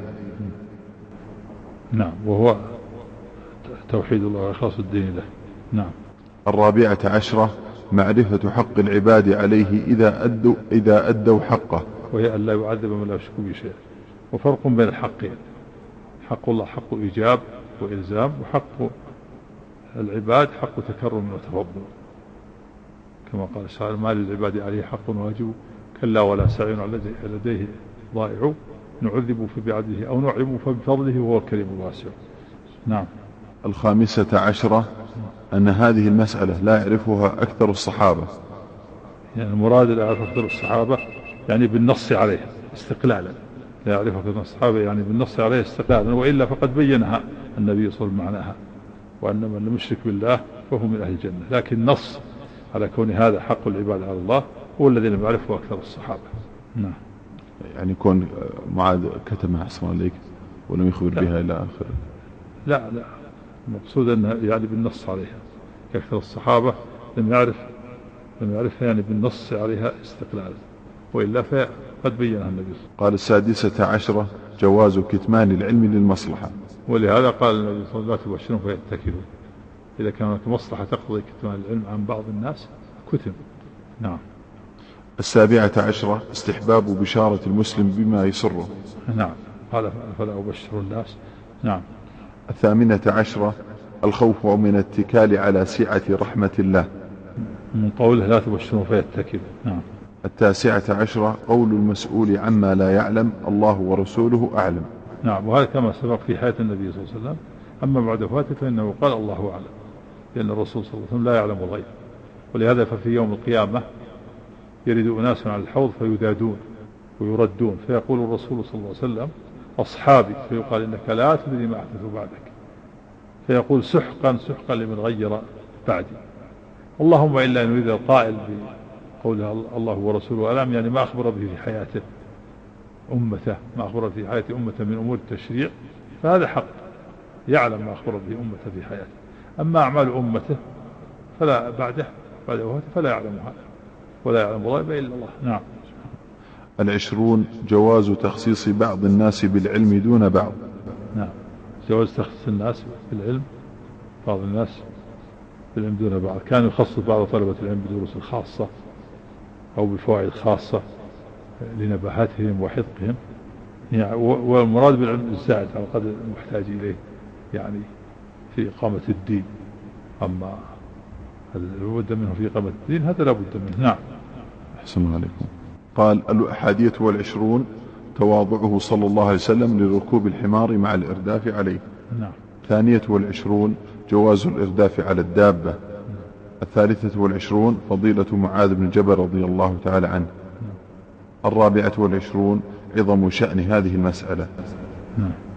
نعم، وهو توحيد الله وإخلاص الدين له. نعم. الرابعة عشرة معرفة حق العباد عليه إذا أدوا إذا أدوا حقه، وهي أن لا يعذب من لا يشرك به شيئا. وفرق بين الحقين، حق الله حق إيجاب وإلزام، وحق العباد حق تكرم وتفضل، كما قال الشاعر ما للعباد عليه حق واجب كلا ولا سعي لديه ضائع نعذب فبعدله أو نعلم فبفضله وهو الكريم الواسع. نعم. الخامسة عشرة أن هذه المسألة لا يعرفها أكثر الصحابة. يعني المراد لا يعرف أكثر الصحابة يعني بالنص عليها استقلالا، لا يعرف أكثر الصحابة يعني بالنص عليها استقلالا، وإلا فقد بينها النبي صلى الله عليه وسلم معناها، وأن من لم يشرك بالله فهو من أهل الجنة. لكن نص على كون هذا حق العباد على الله هو الذي لم يعرفه أكثر الصحابة. نعم. يعني كون معاذ كتمها أحسن عليك ولم يخبر لا. بها إلى آخره. لا لا، المقصود أنها يعني بالنص عليها، أكثر الصحابة لم يعرف لم يعرفها يعني بالنص عليها استقلالا، وإلا فقد بينها النبي. قال السادسة عشرة جواز كتمان العلم للمصلحة، ولهذا قال النبي صلى الله عليه وسلم لا تبشرون فيتكلون، إذا كانت مصلحة تقضي كتمان العلم عن بعض الناس كتم. نعم. السابعة عشرة استحباب بشارة المسلم بما يسره. نعم، قال فلا أبشر الناس. نعم. الثامنة عشرة الخوف من الاتكال على سعة رحمة الله، من قوله لا تبشروا فيتكل. نعم. التاسعة عشرة قول المسؤول عما لا يعلم الله ورسوله أعلم. نعم، وهذا كما سبق في حياة النبي صلى الله عليه وسلم. أما بعد وفاته فإنه قال الله أعلم، لأن الرسول صلى الله عليه وسلم لا يعلم الغيب. ولهذا ففي يوم القيامة يرد أناس على الحوض فيدادون ويردون، فيقول الرسول صلى الله عليه وسلم أصحابي، فيقال إنك لا تدري ما أحدث بعدك، فيقول سحقا سحقا لمن غير بعدي. اللهم إلا أن يريد القائل بقولها الله ورسوله أعلم، يعني ما أخبر به في حياته أمته، ما أخبر في حياة أمته من أمور التشريع، فهذا حق، يعلم ما أخبر به أمته في حياته. أما أعمال أمته فلا بعده بعد وفاته فلا يعلمها ولا يعلم الغيب إلا الله. نعم. العشرون جواز تخصيص بعض الناس بالعلم دون بعض. نعم، جواز تخصيص الناس بالعلم، بعض الناس بالعلم دون بعض. كان يخصص بعض طلبة العلم بدروس خاصة أو بفوائد خاصة لنباهتهم وحذقهم، يعني والمراد بالعلم الزائد على قدر المحتاج إليه يعني في إقامة الدين. أما البد منه في إقامة الدين هذا لا بد منه. نعم. أحسن عليكم. قال الأحادية والعشرون تواضعه صلى الله عليه وسلم لركوب الحمار مع الإرداف عليه. نعم. الثانية والعشرون جواز الإرداف على الدابة. نعم. الثالثة والعشرون فضيلة معاذ بن جبل رضي الله تعالى عنه. نعم. الرابعة والعشرون عظم شأن هذه المسألة. نعم.